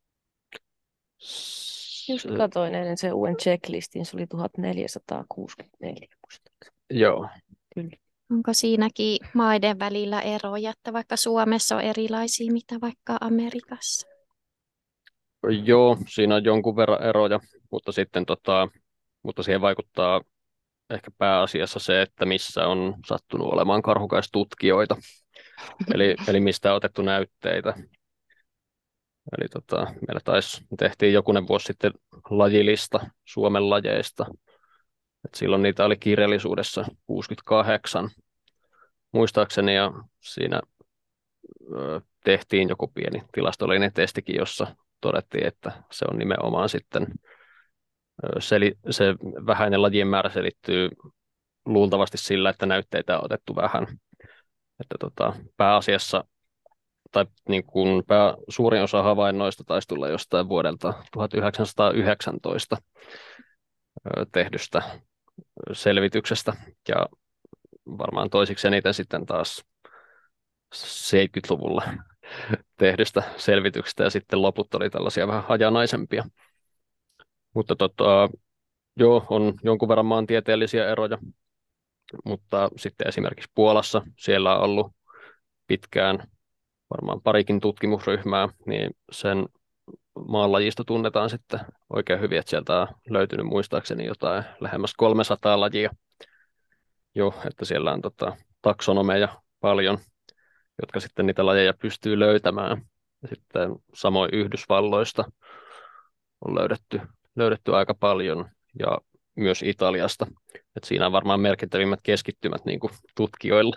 Just katoin eilen sen uuden checklistin, se oli tuhatneljäsataakuusikymmentäneljä muistaakseni. Joo. Kyllä. Onko siinäkin maiden välillä eroja, että vaikka Suomessa on erilaisia, mitä vaikka Amerikassa? Joo, siinä on jonkun verran eroja, mutta sitten tota, mutta siihen vaikuttaa ehkä pääasiassa se, että missä on sattunut olemaan karhukaistutkijoita, eli, eli mistä on otettu näytteitä. Eli tota, meillä taisi, tehtiin jokunen vuosi sitten lajilista Suomen lajeista. Et silloin niitä oli kirjallisuudessa kuusikymmentäkahdeksan muistaakseni, ja siinä ö, tehtiin joku pieni tilastollinen testikin, jossa todettiin, että se on nimenomaan sitten, ö, seli, se vähäinen lajien määrä selittyy luultavasti sillä, että näytteitä on otettu vähän. Että tota, pääasiassa, tai niin kuin pää, suurin osa havainnoista taisi tulla jostain vuodelta tuhatyhdeksänsataayhdeksäntoista ö, tehdystä selvityksestä, ja varmaan toisiksi eniten sitten taas seitsemänkymmentäluvulla tehdystä selvityksestä, ja sitten loput oli tällaisia vähän hajanaisempia. Mutta tota, joo, on jonkun verran maantieteellisiä eroja, mutta sitten esimerkiksi Puolassa siellä on ollut pitkään varmaan parikin tutkimusryhmää, niin sen maanlajista tunnetaan sitten oikein hyvin, että sieltä on löytynyt muistaakseni jotain lähemmäs kolmesataa lajia jo, että siellä on tota, taksonomeja paljon, jotka sitten niitä lajeja pystyy löytämään. Ja sitten samoin Yhdysvalloista on löydetty, löydetty aika paljon, ja myös Italiasta. Et siinä on varmaan merkittävimmät keskittymät niin kuin tutkijoilla.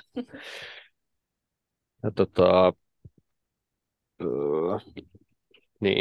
Ja tota, öö, niin.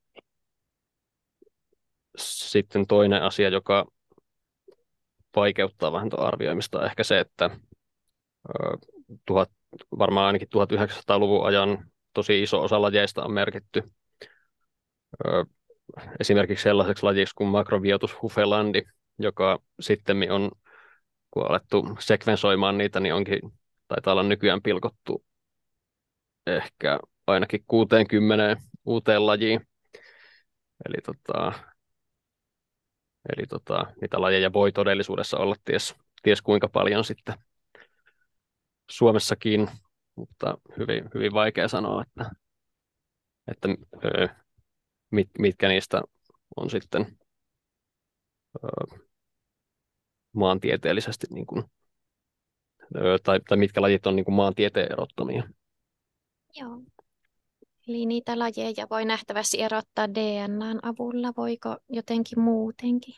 Sitten toinen asia, joka vaikeuttaa vähän tuon arvioimista, on ehkä se, että öö, tuhat, varmaan ainakin tuhatyhdeksänsataaluvun ajan tosi iso osa lajeista on merkitty ö, esimerkiksi sellaiseksi lajiksi kuin Macrobiotus huffelandi, joka sitten on, kun on alettu sekvensoimaan niitä, niin onkin, taitaa olla nykyään pilkottu ehkä ainakin kuuteenkymmeneen uuteen lajiin. Eli, tota, eli tota, niitä lajeja voi todellisuudessa olla ties, ties kuinka paljon sitten Suomessakin, mutta hyvin, hyvin vaikea sanoa, että, että ö, mit, mitkä niistä on sitten ö, maantieteellisesti, niin kuin, ö, tai, tai mitkä lajit on niin kuin maantieteen erottomia. Joo. Eli niitä lajeja voi nähtävästi erottaa D N A:n avulla, voiko jotenkin muutenkin?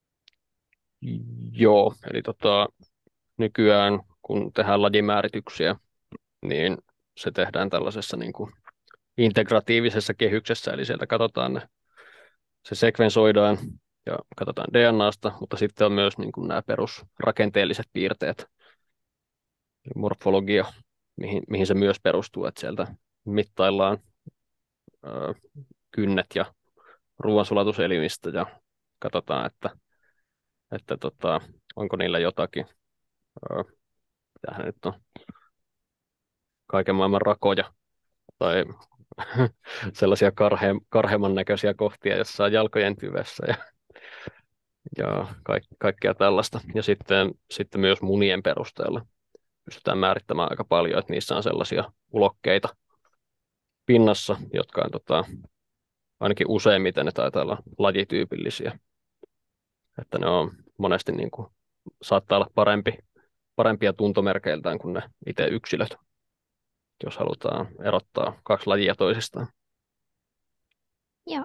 Joo, eli tota, nykyään kun tehdään lajimäärityksiä, niin se tehdään tällaisessa niin kuin integratiivisessa kehyksessä, eli sieltä katsotaan ne, se sekvensoidaan ja katsotaan D N A:sta, mutta sitten on myös niin kuin nämä perusrakenteelliset piirteet, morfologia, mihin, mihin se myös perustuu, että sieltä mittaillaan ö, kynnet ja ruoansulatuselimistä ja katsotaan, että, että tota, onko niillä jotakin, ö, mitähän nyt on, kaiken maailman rakoja tai sellaisia karhe, karheman näköisiä kohtia jossain jalkojen tyvessä ja, ja kaik, kaikkea tällaista. Ja sitten, sitten myös munien perusteella pystytään määrittämään aika paljon, että niissä on sellaisia ulokkeita pinnassa, jotka on tota, ainakin useimmiten ne taitaa olla lajityypillisiä. Että ne on monesti niin kuin, saattaa olla parempi, parempia tuntomerkeiltään kuin ne itse yksilöt, jos halutaan erottaa kaksi lajia toisistaan. Joo.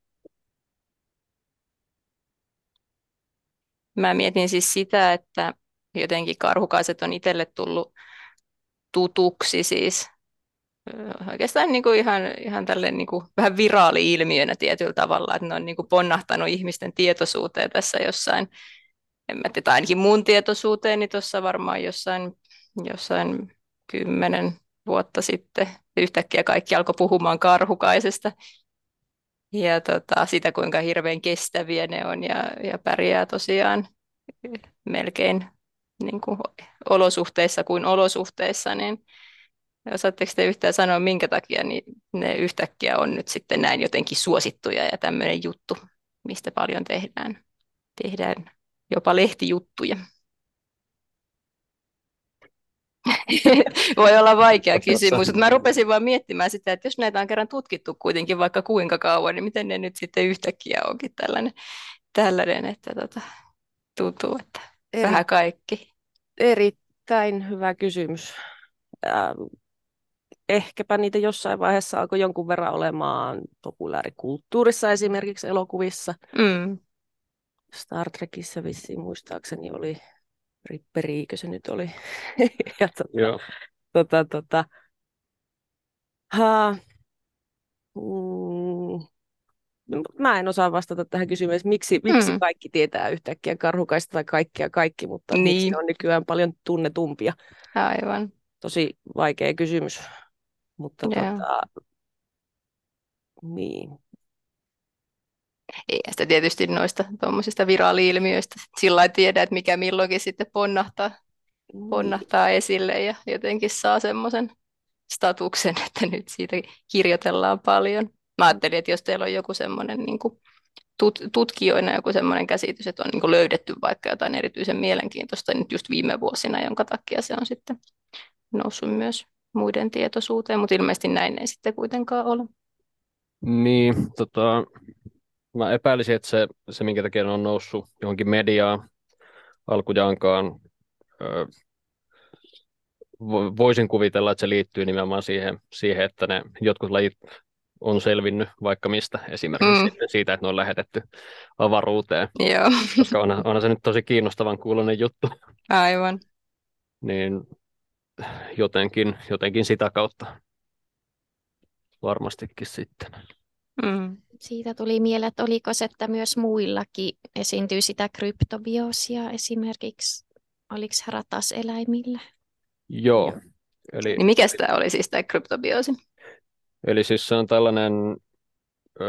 Mä mietin siis sitä, että jotenkin karhukaiset on itselle tullut tutuksi siis ö, oikeastaan niin kuin ihan, ihan tälleen niin kuin vähän viraali-ilmiönä tietyllä tavalla, että ne on niin kuin ponnahtanut ihmisten tietoisuuteen tässä jossain, en mä tiedä, ainakin mun tietoisuuteen, niin tuossa varmaan jossain, jossain kymmenen vuotta sitten yhtäkkiä kaikki alkoi puhumaan karhukaisesta ja tota, sitä, kuinka hirveän kestäviä ne on ja, ja pärjää tosiaan melkein niin kuin olosuhteissa kuin olosuhteissa, niin osaatteko te yhtään sanoa, minkä takia niin ne yhtäkkiä on nyt sitten näin jotenkin suosittuja ja tämmöinen juttu, mistä paljon tehdään, tehdään jopa lehtijuttuja. Voi olla vaikea kysymys, mutta mä rupesin vaan miettimään sitä, että jos näitä on kerran tutkittu kuitenkin vaikka kuinka kauan, niin miten ne nyt sitten yhtäkkiä onkin tällainen, tällainen että tota, tuntuu, että Eri, vähän kaikki. erittäin hyvä kysymys. Ähm, ehkäpä niitä jossain vaiheessa alkoi jonkun verran olemaan populaarikulttuurissa, esimerkiksi elokuvissa. Mm. Star Trekissä vissiin muistaakseni oli Ripperiikö se nyt oli. ja tota, Joo. tota, tota, ha, mm, no, mä en osaa vastata tähän kysymykseen, miksi, miksi Mm. kaikki tietää yhtäkkiä karhukaista tai kaikkia kaikki, mutta miksi Niin, ne on nykyään paljon tunnetumpia. aivan. Tosi vaikea kysymys, mutta Joo. tota, niin. Ei sitä tietysti noista tuommoisista viraali-ilmiöistä sillä lailla tiedä, että mikä milloinkin sitten ponnahtaa, niin. ponnahtaa esille ja jotenkin saa semmoisen statuksen, että nyt siitä kirjoitellaan paljon. Mä ajattelin, että jos teillä on joku semmoinen niin kuin tut- tutkijoina joku semmoinen käsitys, että on niin kuin löydetty vaikka jotain erityisen mielenkiintoista nyt just viime vuosina, jonka takia se on sitten noussut myös muiden tietoisuuteen, mutta ilmeisesti näin ei sitten kuitenkaan ole. Niin, tota, mä epäilisin, että se, se minkä takia ne on noussut johonkin mediaan alkujaankaan, ö, vo- voisin kuvitella, että se liittyy nimenomaan siihen, siihen, että ne jotkut lajit on selvinnyt vaikka mistä, esimerkiksi Mm. siitä, että ne on lähetetty avaruuteen, Joo, koska onhan, onhan se nyt tosi kiinnostavan kuuloinen juttu, aivan. niin jotenkin, jotenkin sitä kautta varmastikin sitten. Mm. Siitä tuli mieleen, että oliko se, että myös muillakin esiintyy sitä kryptobioosia esimerkiksi, oliko se rataseläimillä? Joo, Joo. eli, Niin mikä tämä oli siis tämä kryptobioosi? eli siis se on tällainen ö,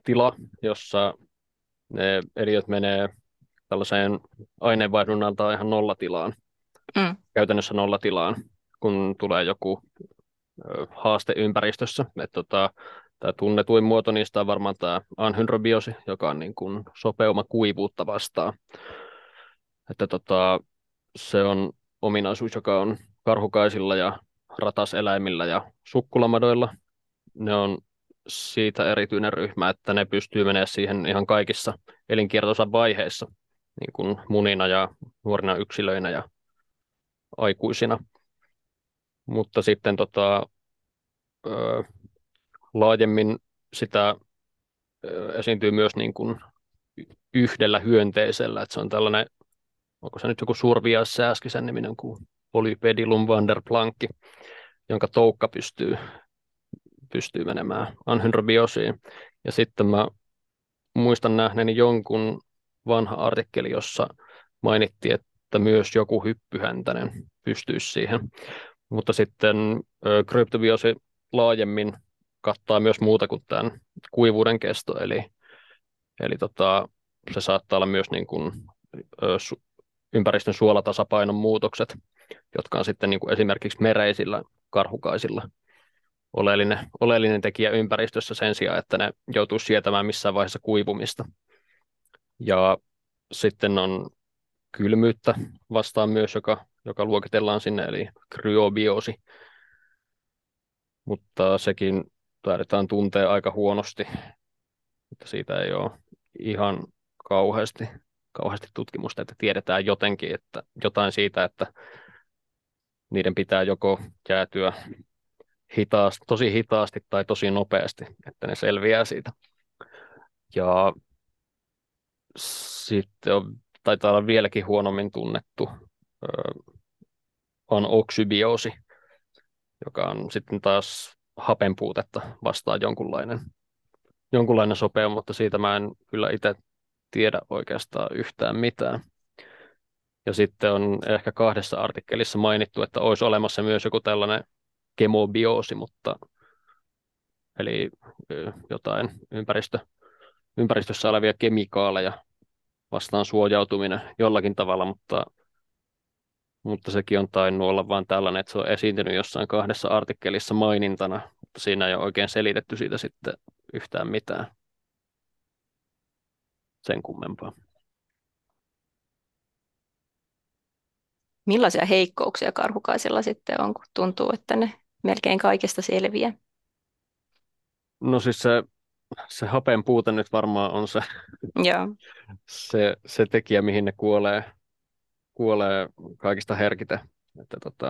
tila, jossa ne eliöt menee tällaiseen aineenvaihdunnaltaan ihan nollatilaan, Mm. käytännössä nollatilaan, kun tulee joku ö, haaste ympäristössä. Et, tota, tämä tunnetuin muoto niistä on varmaan tämä anhydrobiosi, joka on niin kuin sopeuma kuivuutta vastaan. Että, tota, se on ominaisuus, joka on karhukaisilla ja rataseläimillä ja sukkulamadoilla. Ne on siitä erityinen ryhmä, että ne pystyy menemään siihen ihan kaikissa elinkiertonsa vaiheissa, niin kuin munina ja nuorina yksilöinä ja aikuisina. Mutta sitten tota, ö, laajemmin sitä ö, esiintyy myös niin kuin yhdellä hyönteisellä, että se on tällainen, onko se nyt joku Surviassääskisen niminen kuin Polypedilum vanderplankki, jonka toukka pystyy, pystyy menemään anhydrobiosiin. Ja sitten mä muistan nähneeni jonkun vanha artikkeli, jossa mainittiin, että myös joku hyppyhäntäinen pystyisi siihen. Mutta sitten ö, kryptobiosi laajemmin kattaa myös muuta kuin tämän kuivuuden kesto, eli, eli tota, se saattaa olla myös niin kuin, ö, su, ympäristön suolatasapainon muutokset, jotka on sitten niin kuin esimerkiksi mereisillä karhukaisilla oleellinen, oleellinen tekijä ympäristössä sen sijaan, että ne joutuu sietämään missään vaiheessa kuivumista. Ja sitten on kylmyyttä vastaan myös, joka, joka luokitellaan sinne, eli kryobiosi. Mutta sekin taidetaan tuntea aika huonosti, että siitä ei ole ihan kauheasti, kauheasti tutkimusta, että tiedetään jotenkin, että jotain siitä, että niiden pitää joko jäätyä hitaasti, tosi hitaasti tai tosi nopeasti, että ne selviää siitä. Ja sitten on, taitaa olla vieläkin huonommin tunnettu anoksybioosi, joka on sitten taas hapenpuutetta vastaan jonkunlainen, jonkunlainen sopeuma, mutta siitä mä en kyllä itse tiedä oikeastaan yhtään mitään. Ja sitten on ehkä kahdessa artikkelissa mainittu, että olisi olemassa myös joku tällainen kemobioosi, mutta eli jotain ympäristö, ympäristössä olevia kemikaaleja vastaan suojautuminen jollakin tavalla, mutta, mutta sekin on tainnut olla vain tällainen, että se on esiintynyt jossain kahdessa artikkelissa mainintana, mutta siinä ei ole oikein selitetty siitä sitten yhtään mitään sen kummempaa. Millaisia heikkouksia karhukaisilla sitten on, kun tuntuu, että ne melkein kaikesta selviää? No siis se, se hapen puute nyt varmaan on se, Joo. se, se tekijä, mihin ne kuolee, kuolee kaikista herkiten. Että tota...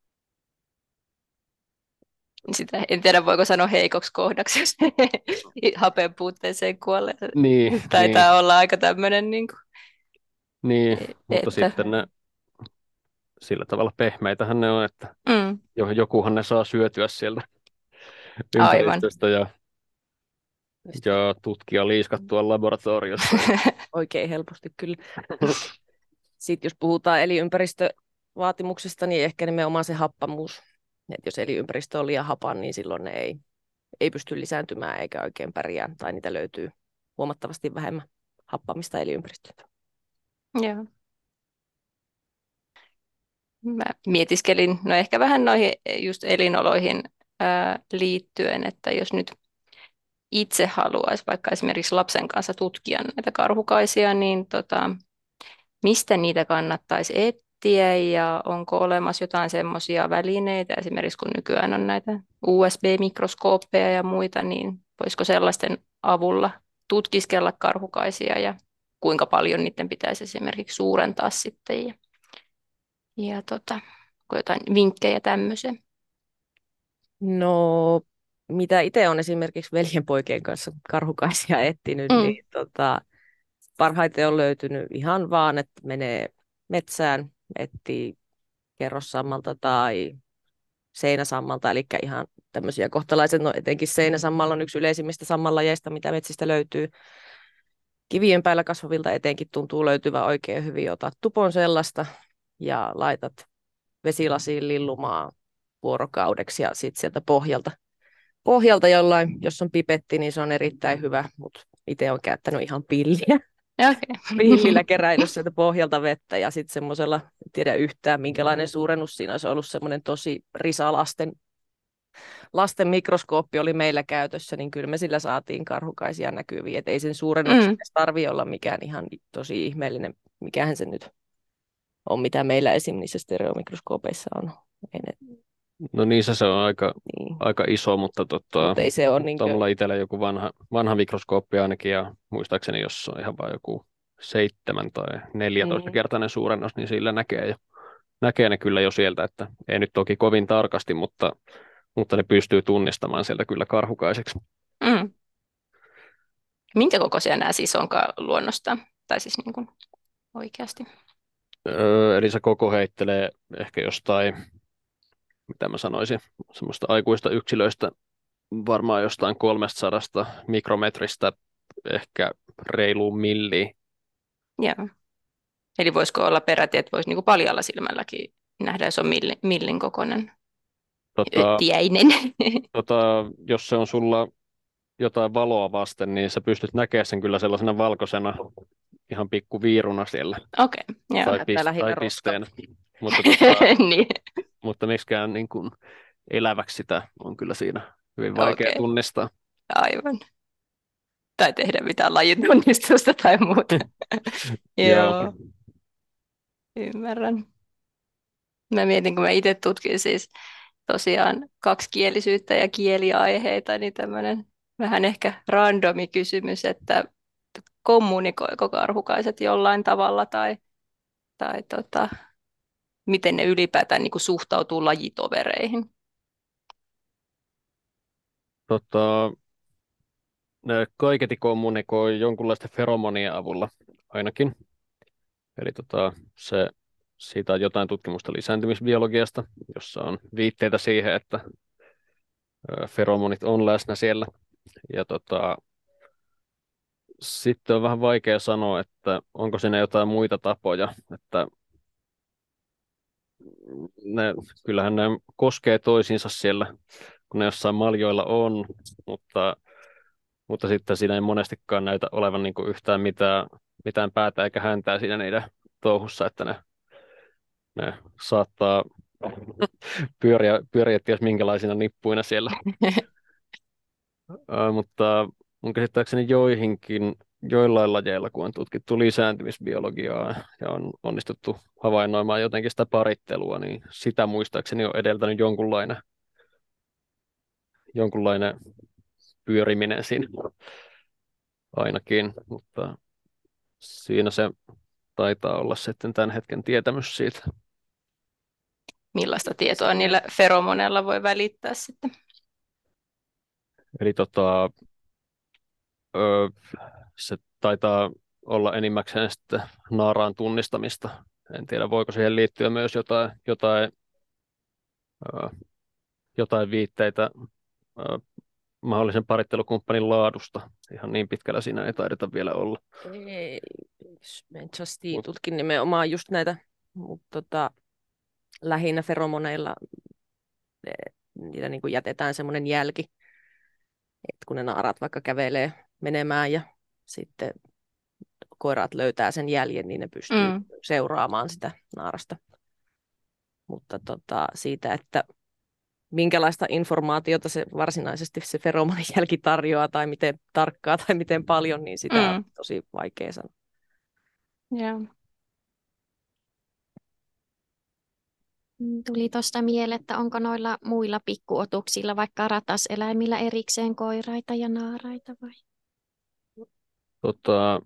Sitä en tiedä, voiko sanoa heikoksi kohdaksi, jos hapen puutteeseen kuolee. Niin, Taitaa niin. olla aika tämmöinen, niin kuin, Niin, mutta että... sitten ne sillä tavalla pehmeitähän ne on, että Mm. jokuhan ne saa syötyä sieltä Aivan. ympäristöstä ja, ja tutkia liiskattua laboratoriossa. Oikein helposti kyllä. Sitten jos puhutaan elinympäristövaatimuksista, niin ehkä nimenomaan se happamuus. Et jos elinympäristö on liian hapan, niin silloin ne ei, ei pysty lisääntymään eikä oikein pärjää, tai niitä löytyy huomattavasti vähemmän happamista eliympäristöstä. Joo. Mä mietiskelin, no ehkä vähän noihin just elinoloihin ää, liittyen, että jos nyt itse haluaisi vaikka esimerkiksi lapsen kanssa tutkia näitä karhukaisia, niin tota, mistä niitä kannattaisi etsiä ja onko olemassa jotain semmoisia välineitä, esimerkiksi kun nykyään on näitä U S B-mikroskooppeja ja muita, niin voisiko sellaisten avulla tutkiskella karhukaisia ja kuinka paljon niiden pitäisi esimerkiksi suurentaa sitten ja, ja tota, onko jotain vinkkejä tämmöiseen? No, mitä itse olen esimerkiksi veljenpoikien kanssa karhukaisia etsinyt, Mm. niin tota, parhaiten on löytynyt ihan vaan, että menee metsään, etsii kerrossammalta tai seinäsammalta, eli ihan tämmöisiä kohtalaiset, no etenkin seinäsammal on yksi yleisimmistä sammallajeista, mitä metsistä löytyy. Kivien päällä kasvavilta etenkin tuntuu löytyvän oikein hyvin, otat tupon sellaista ja laitat vesilasiin lillumaan vuorokaudeksi ja sitten sieltä pohjalta pohjalta jollain, jos on pipetti, niin se on erittäin hyvä, mutta itse olen käyttänyt ihan pilliä. Okay. Pillillä keräillyt sieltä pohjalta vettä ja sitten semmoisella, en tiedä yhtään minkälainen suurennus siinä olisi ollut, semmoinen tosi risalasten lasten mikroskooppi oli meillä käytössä, niin kyllä me sillä saatiin karhukaisia näkyviä. Et ei sen suurennuksen Mm. tarvitse olla mikään ihan tosi ihmeellinen, mikähän se nyt on, mitä meillä esim. Niissä stereomikroskoopeissa on. Ei ne, No niissä se on aika, niin. aika iso, mutta tota, Mut ei se ole niin kuin, mulla itsellä joku vanha, vanha mikroskooppi ainakin, ja muistaakseni jos on ihan vain joku seitsemän tai neljätoista Mm. kertainen suurennos, niin sillä näkee, jo, näkee ne kyllä jo sieltä, että ei nyt toki kovin tarkasti, mutta, mutta ne pystyy tunnistamaan sieltä kyllä karhukaiseksi. Mm. Minkä kokoisia nämä siis onkaan luonnosta? Tai siis niin kuin oikeasti? Öö, eli se koko heittelee ehkä jostain, mitä mä sanoisin, semmoista aikuista yksilöistä, varmaan jostain kolmestasadasta mikrometristä ehkä reiluun milliin. Joo. Eli voisiko olla peräti, että voisi niin kuin paljalla silmälläkin nähdä, jos on millin, millin kokoinen Tota, öttiäinen. tota, jos se on sulla jotain valoa vasten, niin sä pystyt näkemään sen kyllä sellaisena valkoisena ihan pikku viiruna siellä. Okei, joo. Tai, Näyttää pist, lähinnä tai roskalta. pisteenä. Mutta, tota, Niin. mutta miksikään niin kuin eläväksi sitä on kyllä siinä hyvin vaikea Okei. tunnistaa. Aivan. Tai tehdä mitään lajitunnistusta tai muuta. Joo. Joo, ymmärrän. Mä mietin, kun mä itse tutkin siis tosiaan kaksikielisyyttä ja kieliaiheita, niin tämmöinen vähän ehkä randomi kysymys, että kommunikoiko karhukaiset jollain tavalla tai, tai tota, miten ne ylipäätään niin kuin suhtautuu lajitovereihin. Tota, ne kaiketi kommunikoi jonkunlaisten feromonien avulla ainakin. Eli tota, se, siitä on jotain tutkimusta lisääntymisbiologiasta, jossa on viitteitä siihen, että ö, feromonit on läsnä siellä. Ja tota, sitten on vähän vaikea sanoa, että onko siinä jotain muita tapoja, että ne, kyllähän ne koskee toisiinsa siellä, kun ne jossain maljoilla on, mutta, mutta sitten siinä ei monestikaan näytä olevan niin kuin yhtään mitään, mitään päätä eikä häntää siinä niiden touhussa, että ne, ne saattaa pyöriä, pyöriä ties minkälaisina nippuina siellä. Ää, mutta mun käsittääkseni joihinkin, joillain lajeilla, kun on tutkittu lisääntymisbiologiaa ja on onnistuttu havainnoimaan jotenkin sitä parittelua, niin sitä muistaakseni on edeltänyt jonkunlainen, jonkunlainen pyöriminen siinä ainakin, mutta siinä se taitaa olla sitten tämän hetken tietämys siitä. Millaista tietoa niillä feromoneilla voi välittää sitten? Eli tota, ö, se taitaa olla enimmäkseen sitten naaraan tunnistamista. En tiedä, voiko siihen liittyä myös jotain, jotain, ö, jotain viitteitä ö, mahdollisen parittelukumppanin laadusta. Ihan niin pitkällä siinä ei taideta vielä olla. Ei, me Justiin tutkin nimenomaan just näitä, mutta tota, lähinnä feromoneilla eh, niillä niin kuin jätetään semmoinen jälki, että kun ne naarat vaikka kävelee menemään ja sitten koiraat löytää sen jäljen, niin ne pystyy Mm. seuraamaan sitä naarasta. Mutta tota, siitä, että minkälaista informaatiota se varsinaisesti se feromonijälki tarjoaa tai miten tarkkaa tai miten paljon, niin sitä Mm. on tosi vaikea sanoa. Joo. Mm, Tuli tuosta mieleen, että onko noilla muilla pikkuotuksilla, vaikka rataseläimillä erikseen koiraita ja naaraita vai? Tota,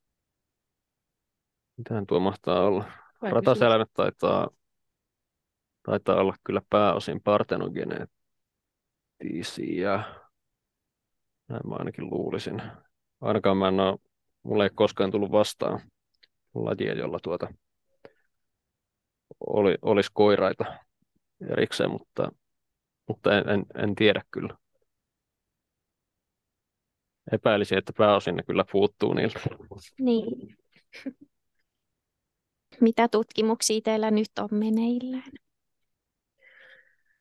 mitähän tuo mahtaa olla? Vai Rataseläimet taitaa, taitaa olla kyllä pääosin partenogeneettisiä. Näin mä ainakin luulisin. Ainakaan mä en ole, mulla ei koskaan tullut vastaan lajia, jolla tuota oli, olisi koiraita erikseen, mutta, mutta en, en, en tiedä kyllä. Epäilisin, että pääosin ne kyllä puuttuu niiltä. Niin. Mitä tutkimuksia teillä nyt on meneillään?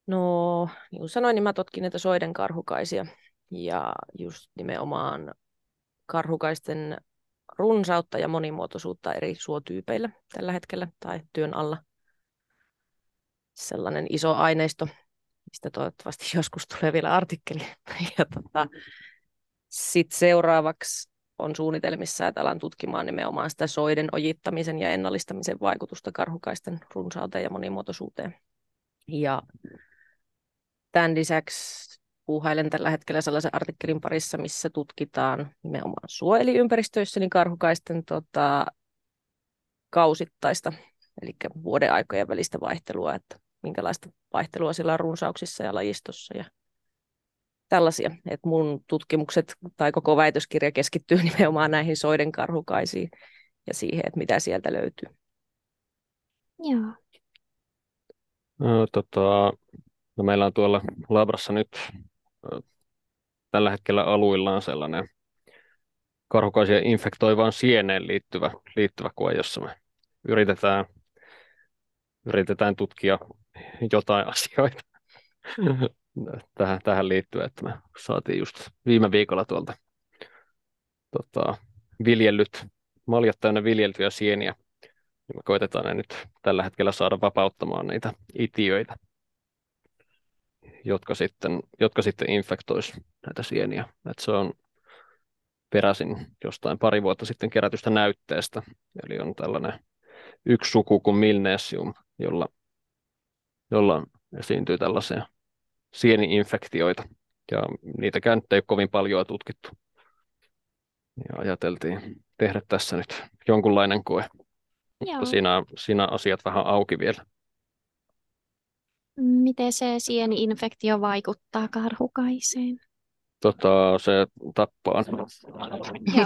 No, niin kuin sanoin, niin mä tutkin näitä soiden karhukaisia ja just nimenomaan karhukaisten runsautta ja monimuotoisuutta eri suotyypeillä tällä hetkellä tai työn alla. Sellainen iso aineisto, mistä toivottavasti joskus tulee vielä artikkeli. Ja tota, sitten seuraavaksi on suunnitelmissa, että alan tutkimaan nimenomaan sitä soiden ojittamisen ja ennallistamisen vaikutusta karhukaisten runsauteen ja monimuotoisuuteen. Ja tämän lisäksi puuhailen tällä hetkellä sellaisen artikkelin parissa, missä tutkitaan nimenomaan suoelinympäristöissä niin karhukaisten tota, kausittaista, eli vuodenaikojen välistä vaihtelua, että minkälaista vaihtelua sillä on runsauksissa ja lajistossa ja tällaisia. Et mun tutkimukset tai koko väitöskirja keskittyy nimenomaan näihin soiden karhukaisiin ja siihen, että mitä sieltä löytyy. Joo. No, tota, no meillä on tuolla labrassa nyt ö, tällä hetkellä aluillaan sellainen karhukaisia infektoivaan sieneen liittyvä, liittyvä koe, jossa me yritetään, yritetään tutkia jotain asioita tähän, tähän liittyen, että me saatiin just viime viikolla tuolta tota, viljellyt, maljat täynnä viljeltyjä sieniä. Me koitetaan ne nyt tällä hetkellä saada vapauttamaan niitä itiöitä, jotka sitten, jotka sitten infektois näitä sieniä. Et se on peräisin jostain pari vuotta sitten kerätystä näytteestä. Eli on tällainen yksi suku kuin Milnesium, jolla, jolla esiintyy tällaisia sieni-infektioita. Ja niitäkään nyt ei ole kovin paljon tutkittu. Ja ajateltiin tehdä tässä nyt jonkunlainen koe, mutta Joo. siinä, siinä asiat vähän auki vielä. Miten se sieni-infektio vaikuttaa karhukaiseen? Tota, se tappaa. Joo.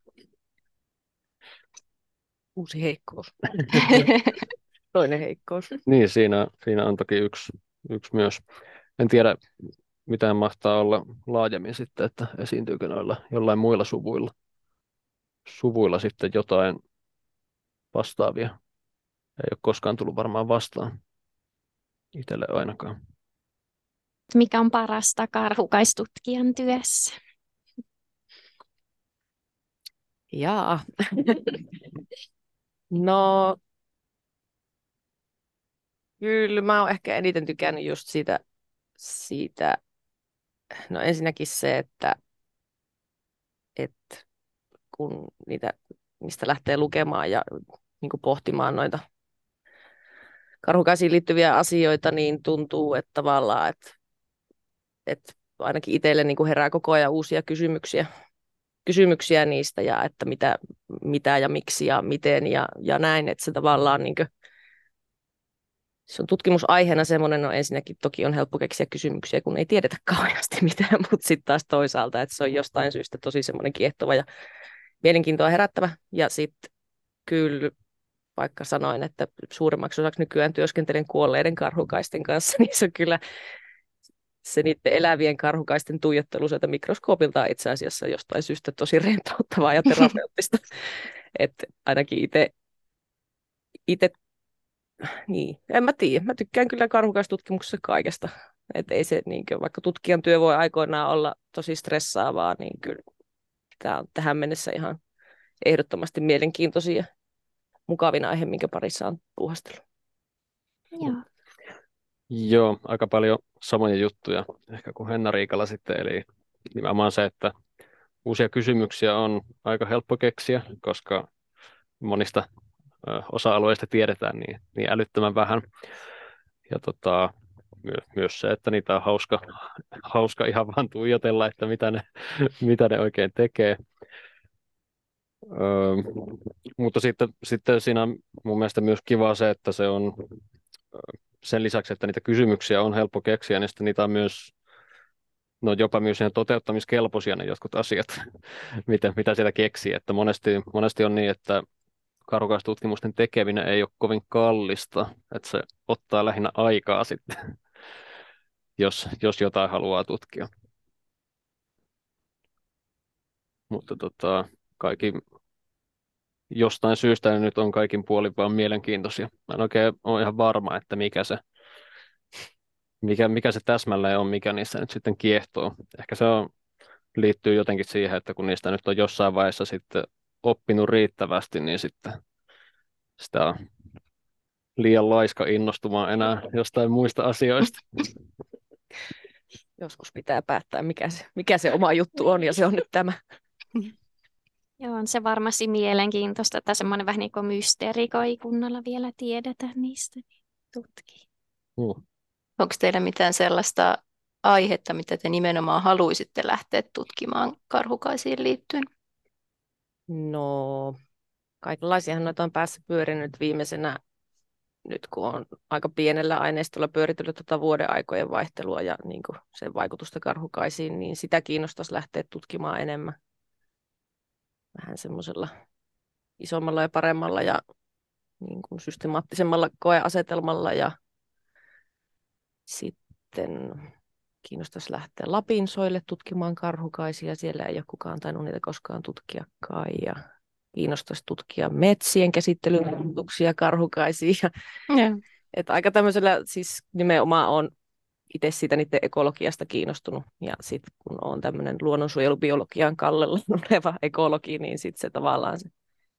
Uusi heikkous. Toinen heikkous. Niin, siinä, siinä on toki yksi, yksi myös. En tiedä, mitä mahtaa olla laajemmin sitten, että esiintyykö noilla jollain muilla suvuilla, suvuilla sitten jotain vastaavia. Ei ole koskaan tullut varmaan vastaan itselle ainakaan. Mikä on parasta karhukaistutkijan työssä? Jaa. No, kyllä mä oon ehkä eniten tykännyt just siitä, siitä no ensinnäkin se, että, että kun niitä, niistä lähtee lukemaan ja niin kuin pohtimaan noita karhukaisiin liittyviä asioita, niin tuntuu, että tavallaan, että, että ainakin itselle niin kuin herää koko ajan uusia kysymyksiä, kysymyksiä niistä ja että mitä, mitä ja miksi ja miten ja, ja näin, että se tavallaan niin kuin, se on tutkimusaiheena semmoinen, no ensinnäkin toki on helppo keksiä kysymyksiä, kun ei tiedetä kauheasti mitään, mutta sitten taas toisaalta, että se on jostain syystä tosi semmoinen kiehtova ja mielenkiintoa herättävä. Ja sitten kyllä, vaikka sanoin, että suurimmaksi osaksi nykyään työskentelen kuolleiden karhukaisten kanssa, niin se on kyllä se niiden elävien karhukaisten tuijottelu sieltä mikroskoopilta on itse asiassa jostain syystä tosi rentouttavaa ja terapeuttista. Että ainakin itse itse niin, en mä tiedä. Mä tykkään kyllä karhukaistutkimuksessa kaikesta. Et ei se, niin kuin, vaikka tutkijan työ voi aikoinaan olla tosi stressaavaa, niin kyllä tämä on tähän mennessä ihan ehdottomasti mielenkiintoisia ja mukavin aihe, minkä parissa on puuhastellut. Joo. Joo, aika paljon samoja juttuja ehkä kuin Henna Riikalla sitten, eli nimenomaan se, että uusia kysymyksiä on aika helppo keksiä, koska monista ö, osa-alueista tiedetään niin, niin älyttömän vähän. Ja tota, my, myös se, että niitä on hauska, hauska ihan vaan tuijotella, että mitä ne, mitä ne oikein tekee. Öö, mutta sitten, sitten siinä on mun mielestä myös kiva se, että se on sen lisäksi, että niitä kysymyksiä on helppo keksiä, niin sitten niitä on myös, no jopa myös ihan toteuttamiskelpoisia ne jotkut asiat, mitä, mitä sieltä keksii. Että monesti, monesti on niin, että karhukaistutkimusten tekeminen ei ole kovin kallista, että se ottaa lähinnä aikaa sitten, jos, jos jotain haluaa tutkia. Mutta tota, kaikki jostain syystä ne nyt on kaikin puolin vaan mielenkiintoisia. Mä en oikein ole ihan varma, että mikä se, mikä, mikä se täsmälleen on, mikä niissä nyt sitten kiehtoo. Ehkä se on, liittyy jotenkin siihen, että kun niistä nyt on jossain vaiheessa sitten oppinut riittävästi, niin sitten sitä on liian laiska innostumaan enää jostain muista asioista. Joskus pitää päättää, mikä se, mikä se oma juttu on, ja se on nyt tämä. Joo, on se varmasti mielenkiintoista, että semmoinen vähän niin kuin mysteeri, kun ei kunnolla vielä tiedetä niistä, niin tutkii. Hmm. Onko teillä mitään sellaista aihetta, mitä te nimenomaan haluaisitte lähteä tutkimaan karhukaisiin liittyen? No, kaikenlaisiahan noita on päässä pyörinyt viimeisenä, nyt kun on aika pienellä aineistolla pyöritellyt tuota vuoden aikojen vaihtelua ja niin kuin sen vaikutusta karhukaisiin, niin sitä kiinnostaisi lähteä tutkimaan enemmän. Vähän semmoisella isommalla ja paremmalla ja niin kuin systemaattisemmalla koeasetelmalla. Ja sitten kiinnostaisi lähteä Lapin soille tutkimaan karhukaisia. Siellä ei ole kukaan tainnut niitä koskaan tutkiakaan. Ja kiinnostaisi tutkia metsien käsittelyvaikutuksia karhukaisiin. Yeah. Että aika tämmöisellä, siis nimenomaan on itse siitä niiden ekologiasta kiinnostunut. Ja sitten kun on tämmöinen luonnonsuojelubiologian kallella oleva ekologi, niin sitten se tavallaan se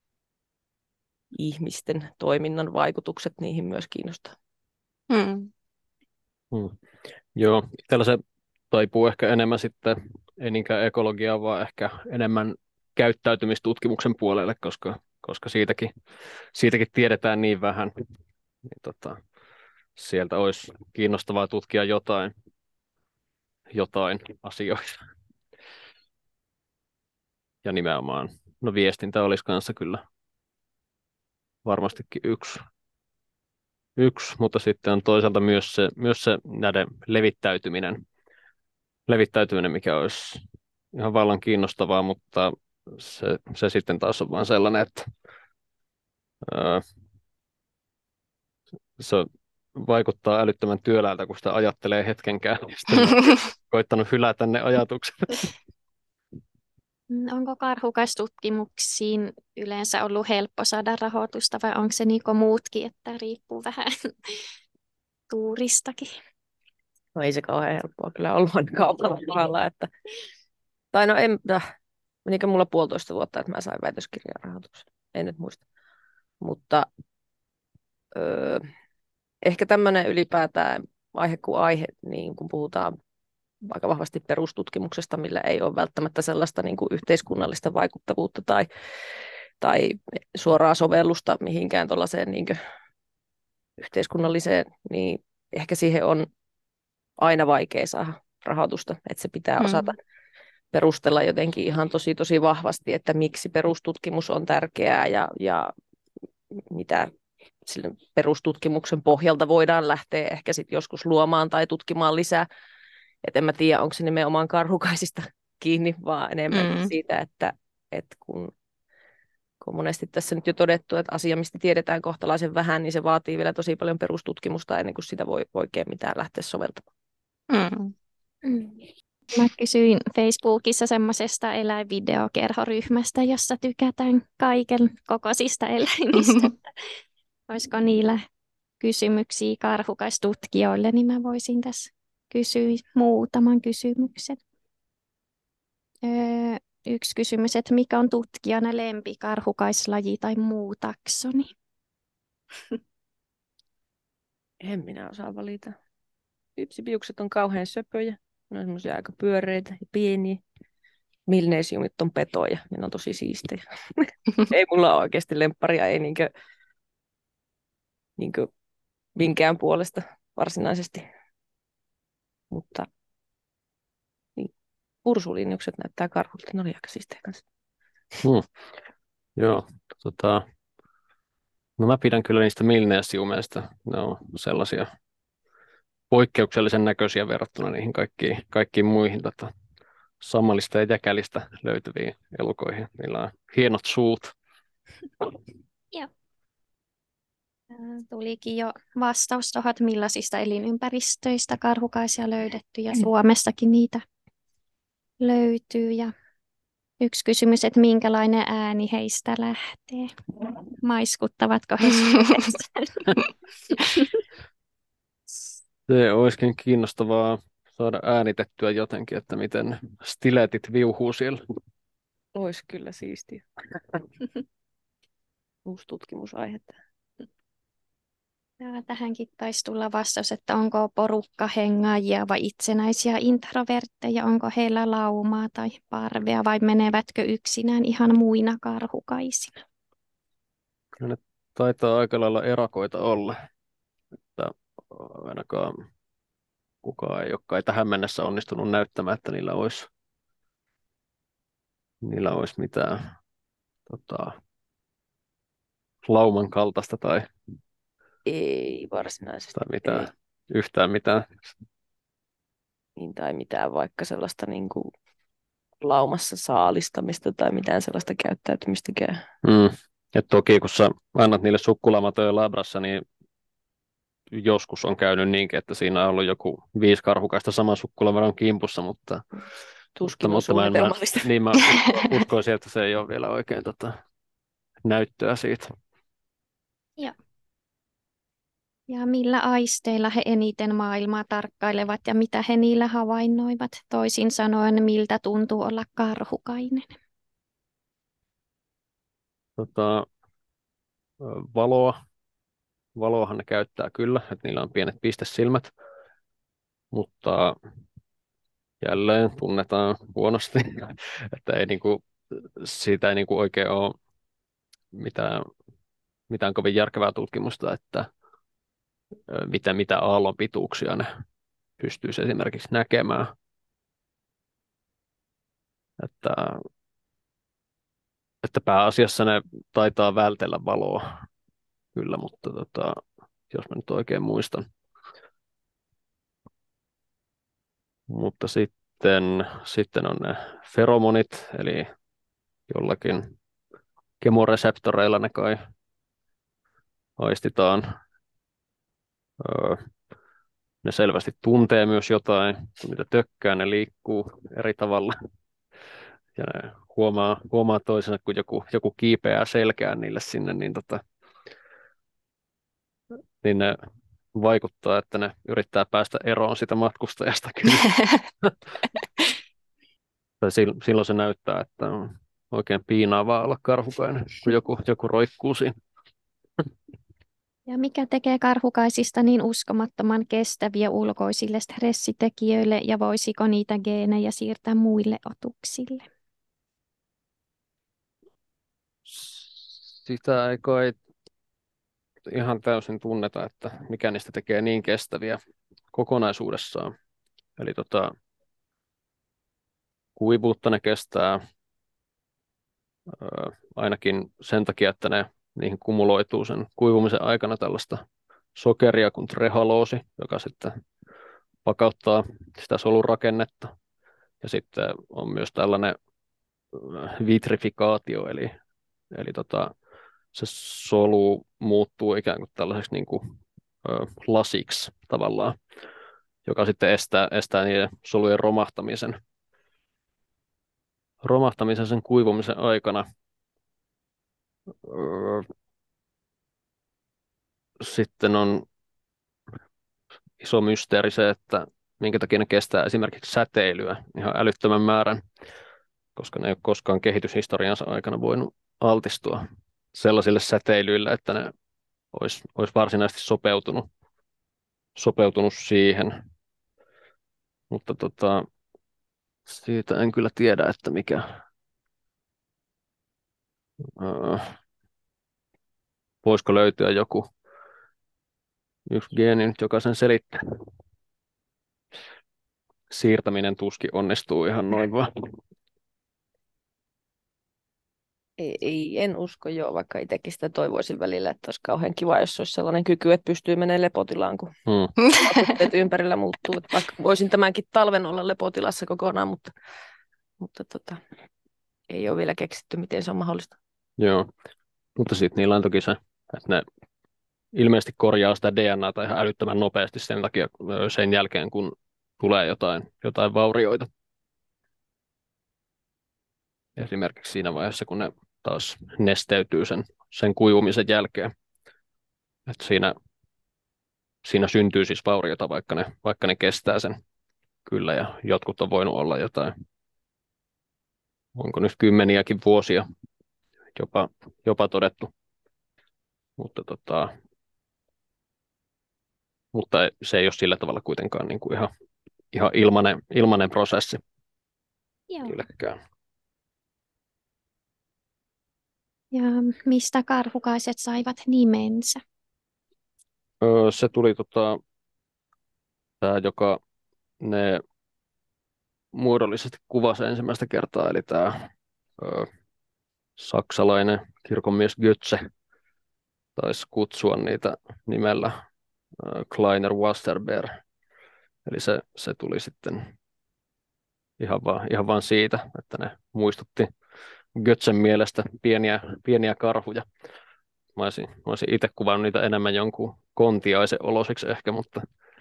ihmisten toiminnan vaikutukset niihin myös kiinnostaa. Hmm. Hmm. Joo, itsellä se taipuu ehkä enemmän sitten, ei niinkään ekologiaa, vaan ehkä enemmän käyttäytymistutkimuksen puolelle, koska, koska siitäkin, siitäkin tiedetään niin vähän. Niin tota, sieltä olisi kiinnostavaa tutkia jotain, jotain asioita. Ja nimenomaan, no viestintä olisi kanssa kyllä varmastikin yksi, yksi, mutta sitten on toisaalta myös se, myös se näiden levittäytyminen, levittäytyminen, mikä olisi ihan vallan kiinnostavaa, mutta se, se sitten taas on vaan sellainen, että ää, se vaikuttaa älyttömän työläältä, kun sitä ajattelee hetkenkään. Sitten olen koittanut hylätä ne ajatukset. Mm, Onko karhukaistutkimuksiin yleensä ollut helppo saada rahoitusta vai onko se niin kuin muutkin, että riippuu vähän tuuristakin? No ei se kauhean helppoa kyllä ollut ainakaan omalla kohdalla, että tai no en, äh, menikö mulla puolitoista vuotta, että mä sain väitöskirjan rahoituksen, en nyt muista. Mutta öö, ehkä tämmöinen ylipäätään aihe kuin aihe, niin kun puhutaan aika vahvasti perustutkimuksesta, millä ei ole välttämättä sellaista niin kuin yhteiskunnallista vaikuttavuutta tai, tai suoraa sovellusta mihinkään tuollaiseen niin kuin yhteiskunnalliseen, niin ehkä siihen on aina vaikea saada rahoitusta, että se pitää osata Hmm. perustella jotenkin ihan tosi tosi vahvasti, että miksi perustutkimus on tärkeää ja, ja mitä sille perustutkimuksen pohjalta voidaan lähteä ehkä sitten joskus luomaan tai tutkimaan lisää. Et en mä tiedä, onko se nimenomaan karhukaisista kiinni, vaan enemmänkin Hmm. siitä, että, että kun, kun monesti tässä nyt jo todettu, että asia, mistä tiedetään kohtalaisen vähän, niin se vaatii vielä tosi paljon perustutkimusta ennen kuin sitä voi oikein mitään lähteä soveltamaan. Hmm. Mm. Mä kysyin Facebookissa semmoisesta eläinvideokerhoryhmästä, jossa tykätään kaiken kokoisista eläimistä. että Olisiko niillä kysymyksiä karhukaistutkijoille, niin mä voisin tässä kysyä muutaman kysymyksen. Öö, yksi kysymys, että mikä on tutkijana lempikarhukaislaji tai muu taksoni? En minä osaa valita. Ypsipiukset on kauhean söpöjä. Ne on semmoisia aika pyöreitä ja pieniä. Milneesiumit on petoja ja ne on tosi siistejä. Ei mulla ole oikeasti lempparia, ei niinkö, niinkö minkään puolesta varsinaisesti. Mutta niin, ursuliinukset näyttää karhulta, ne oli aika siistejä kanssa. Hmm. Joo, tota, no mä pidän kyllä niistä milneesiumeista. Ne on sellaisia poikkeuksellisen näköisiä verrattuna niihin kaikkiin, kaikkiin muihin tota, sammalista ja jäkälistä löytyviin elukoihin. Niillä on hienot suut. Joo. Ää, Tulikin jo vastaus tuohon, että millaisista elinympäristöistä karhukaisia löydetty ja Suomestakin niitä löytyy. Ja yksi kysymys, että minkälainen ääni heistä lähtee? Maiskuttavatko he Suomesta? Se olisikin kiinnostavaa saada äänitettyä jotenkin, että miten stiletit viuhuu siellä. Olisi kyllä siistiä. Uusi tutkimusaihe. Ja tähänkin taisi tulla vastaus, että onko porukka hengaajia vai itsenäisiä introvertteja, onko heillä laumaa tai parvea vai menevätkö yksinään ihan muina karhukaisina. Kyllä ne taitaa aika lailla erakoita olla, että ainakaan kukaan ei ole kai tähän mennessä onnistunut näyttämään, että niillä olisi, niillä olisi mitään tota, lauman kaltaista tai, Ei varsinaisesti. tai mitään, Ei. yhtään mitään. Niin, tai mitään vaikka sellaista niin kuin laumassa saalistamista tai mitään sellaista käyttäytymistäkään. Mm. Et toki kun sä annat niille sukkulamatoja labrassa, niin joskus on käynyt niinkin, että siinä on ollut joku viisi karhukaista saman sukkulamaton kimpussa, mutta, Tuskin mutta, on mutta mä, en, mä, suunnitelmallista. niin mä uskoisin, että se ei ole vielä oikein tota, näyttöä siitä. Ja, ja millä aisteilla he eniten maailmaa tarkkailevat ja mitä he niillä havainnoivat? Toisin sanoen, miltä tuntuu olla karhukainen? Tota, valoa. Valoahan ne käyttää kyllä, että niillä on pienet pistesilmät, mutta jälleen tunnetaan huonosti, että ei niinku, siitä ei niinku oikein ole mitään, mitään kovin järkevää tutkimusta, että ö, mitä, mitä aallon pituuksia ne pystyisi esimerkiksi näkemään. Että, että pääasiassa ne taitaa vältellä valoa kyllä, mutta tota, jos mä nyt oikein muistan. Mutta sitten, sitten on ne feromonit, eli jollakin kemoreseptoreilla ne kai aistitaan. Öö, ne selvästi tuntee myös jotain, kun niitä tökkää, ne liikkuu eri tavalla. Ja ne huomaa, huomaa toisena, kun joku, joku kiipeää selkään niille sinne, niin, tota, niin ne vaikuttaa, että ne yrittää päästä eroon sitä matkustajasta kyllä. Tai silloin se näyttää, että on oikein piinaavaa olla karhukainen, kun joku, joku roikkuu siinä. Ja mikä tekee karhukaisista niin uskomattoman kestäviä ulkoisille stressitekijöille ja voisiko niitä geenejä siirtää muille otuksille? Sitä ei kai ihan täysin tunneta, että mikä niistä tekee niin kestäviä kokonaisuudessaan. Eli tota, kuivuutta ne kestää ö, ainakin sen takia, että ne, niihin kumuloituu sen kuivumisen aikana tällaista sokeria kuin trehaloosi, joka sitten vakauttaa sitä solurakennetta. Ja sitten on myös tällainen vitrifikaatio, eli, eli tota, se solu muuttuu ikään kuin tällaiseksi niin kuin, ö, lasiksi tavallaan, joka sitten estää, estää niiden solujen romahtamisen, romahtamisen sen kuivumisen aikana. Öö, Sitten on iso mysteeri se, että minkä takia ne kestää esimerkiksi säteilyä ihan älyttömän määrän, koska ne ei ole koskaan kehityshistoriansa aikana voinut altistua sellaisille säteilyille, että ne olisi, olisi varsinaisesti sopeutunut, sopeutunut siihen. Mutta tota, siitä en kyllä tiedä, että mikä, öö, voisiko löytyä joku yksi geeni nyt, joka sen selittää. Siirtäminen tuskin onnistuu ihan noin vaan. Ei, ei, en usko joo, vaikka itsekin sitä toivoisin välillä, että olisi kauhean kiva, jos olisi sellainen kyky, että pystyy menemään lepotilaan, kun Hmm. olosuhteet ympärillä muuttuu. Että vaikka voisin tämänkin talven olla lepotilassa kokonaan, mutta, mutta tota, ei ole vielä keksitty, miten se on mahdollista. Joo, mutta sitten niillä on toki se, että ne ilmeisesti korjaa sitä D N A:ta ihan älyttömän nopeasti sen takia ö, sen jälkeen, kun tulee jotain, jotain vaurioita. Esimerkiksi siinä vaiheessa, kun ne taas nesteytyy sen, sen kuivumisen jälkeen. Että siinä siinä syntyy siis vauriota, vaikka ne, vaikka ne kestää sen kyllä, ja jotkut on voinut olla jotain, onko nyt kymmeniäkin vuosia jopa, jopa todettu, mutta, tota, mutta se ei ole sillä tavalla kuitenkaan niin kuin ihan, ihan ilmainen, ilmainen prosessi Joo. kylläkään. Ja mistä karhukaiset saivat nimensä? Öö, se tuli tota, tämä, joka ne muodollisesti kuvasi ensimmäistä kertaa, eli tämä öö, saksalainen kirkonmies Götze taisi kutsua niitä nimellä öö, Kleiner Wasserberg. Eli se, se tuli sitten ihan vaan, ihan vaan siitä, että ne muistutti Götzen mielestä pieniä, pieniä karhuja. Mä olisin, mä olisin itse kuvannut niitä enemmän jonkun kontiaisen olosiksi ehkä, mutta,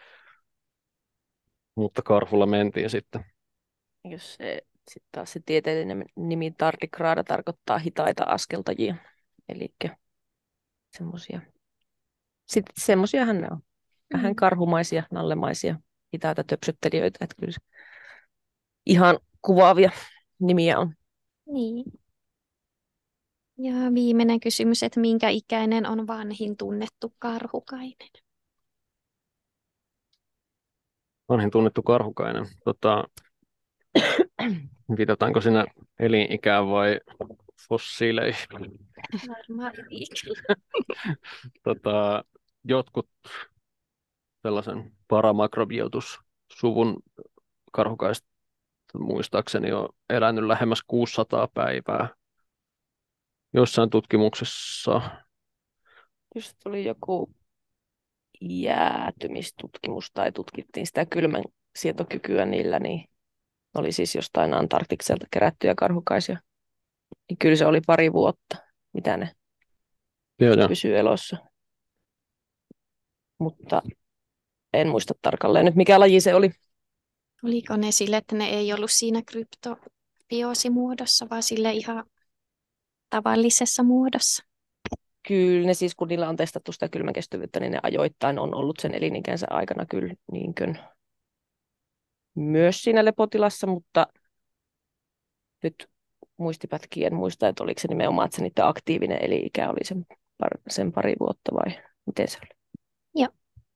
mutta karhulla mentiin sitten. Jos se, sitten taas se tieteellinen nimi tardigrada tarkoittaa hitaita askeltajia. Eli semmoisia. Sitten semmoisiahan ne on. Vähän Mm. karhumaisia, nallemaisia, hitaita töpsöttelijöitä. Että kyllä se ihan kuvaavia nimiä on. Niin. Ja viimeinen kysymys, että minkä ikäinen on vanhin tunnettu karhukainen? Vanhin tunnettu karhukainen. Tota, viitataanko siinä elinikään vai fossiileihin? Varmaan liikellä. Tota, jotkut sellaisen paramakrobiotus-suvun karhukaista muistaakseni on elänyt lähemmäs kuusisataa päivää. Jossain tutkimuksessa, Just tuli joku jäätymistutkimus tai tutkittiin sitä kylmän sietokykyä niillä, niin oli siis jostain Antarktikselta kerättyjä karhukaisia. Niin kyllä se oli pari vuotta, mitä ne joo, joo. pysyy elossa. Mutta en muista tarkalleen nyt, mikä laji se oli. Oliko ne sille, että ne ei ollut siinä kryptobiosimuodossa, vaan sille ihan tavallisessa muodossa? Kyllä ne siis, kun niillä on testattu sitä kylmäkestävyyttä, niin ne ajoittain on ollut sen elinikänsä aikana kyllä niinkön myös siinä lepotilassa, mutta nyt muistipätkiä en muista, että oliko se nimenomaan, että se niiden aktiivinen eli-ikä oli sen, par, sen pari vuotta vai miten se oli. Joo.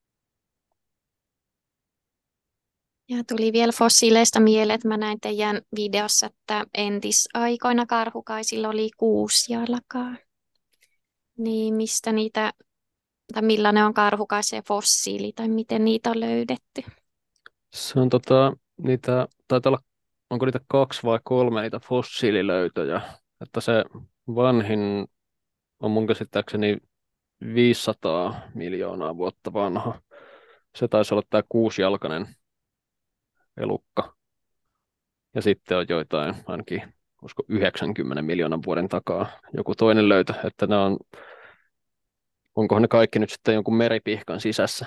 Ja tuli vielä fossiileista mieleen, että mä näin teidän videossa, että entisaikoina karhukaisilla oli kuusi jalkaa. Niin mistä niitä, tai millainen on karhukaisen fossiili, tai miten niitä on löydetty? Se on tota, niitä, taitaa olla, onko niitä kaksi vai kolme niitä fossiililöytöjä. Että se vanhin on mun käsittääkseni viisisataa miljoonaa vuotta vanha. Se taisi olla tämä kuusijalkainen elukka. Ja sitten on joitain, ainakin olisiko yhdeksänkymmentä miljoonan vuoden takaa joku toinen löytö, että ne on, onkohan ne kaikki nyt sitten jonkun meripihkan sisässä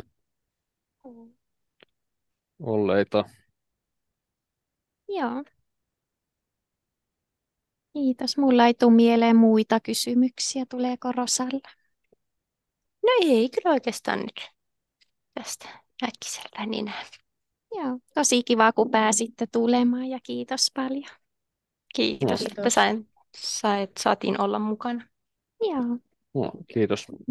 olleita. Joo. Kiitos. Mulla ei tule mieleen muita kysymyksiä. Tuleeko Rosalla? No ei kyllä oikeastaan nyt tästä äkkiseltään niin enää. Joo. Tosi kiva, kun pääsitte tulemaan ja kiitos paljon. Kiitos, Kiitos. että sain, sait, saatiin olla mukana. Joo. No, kiitos.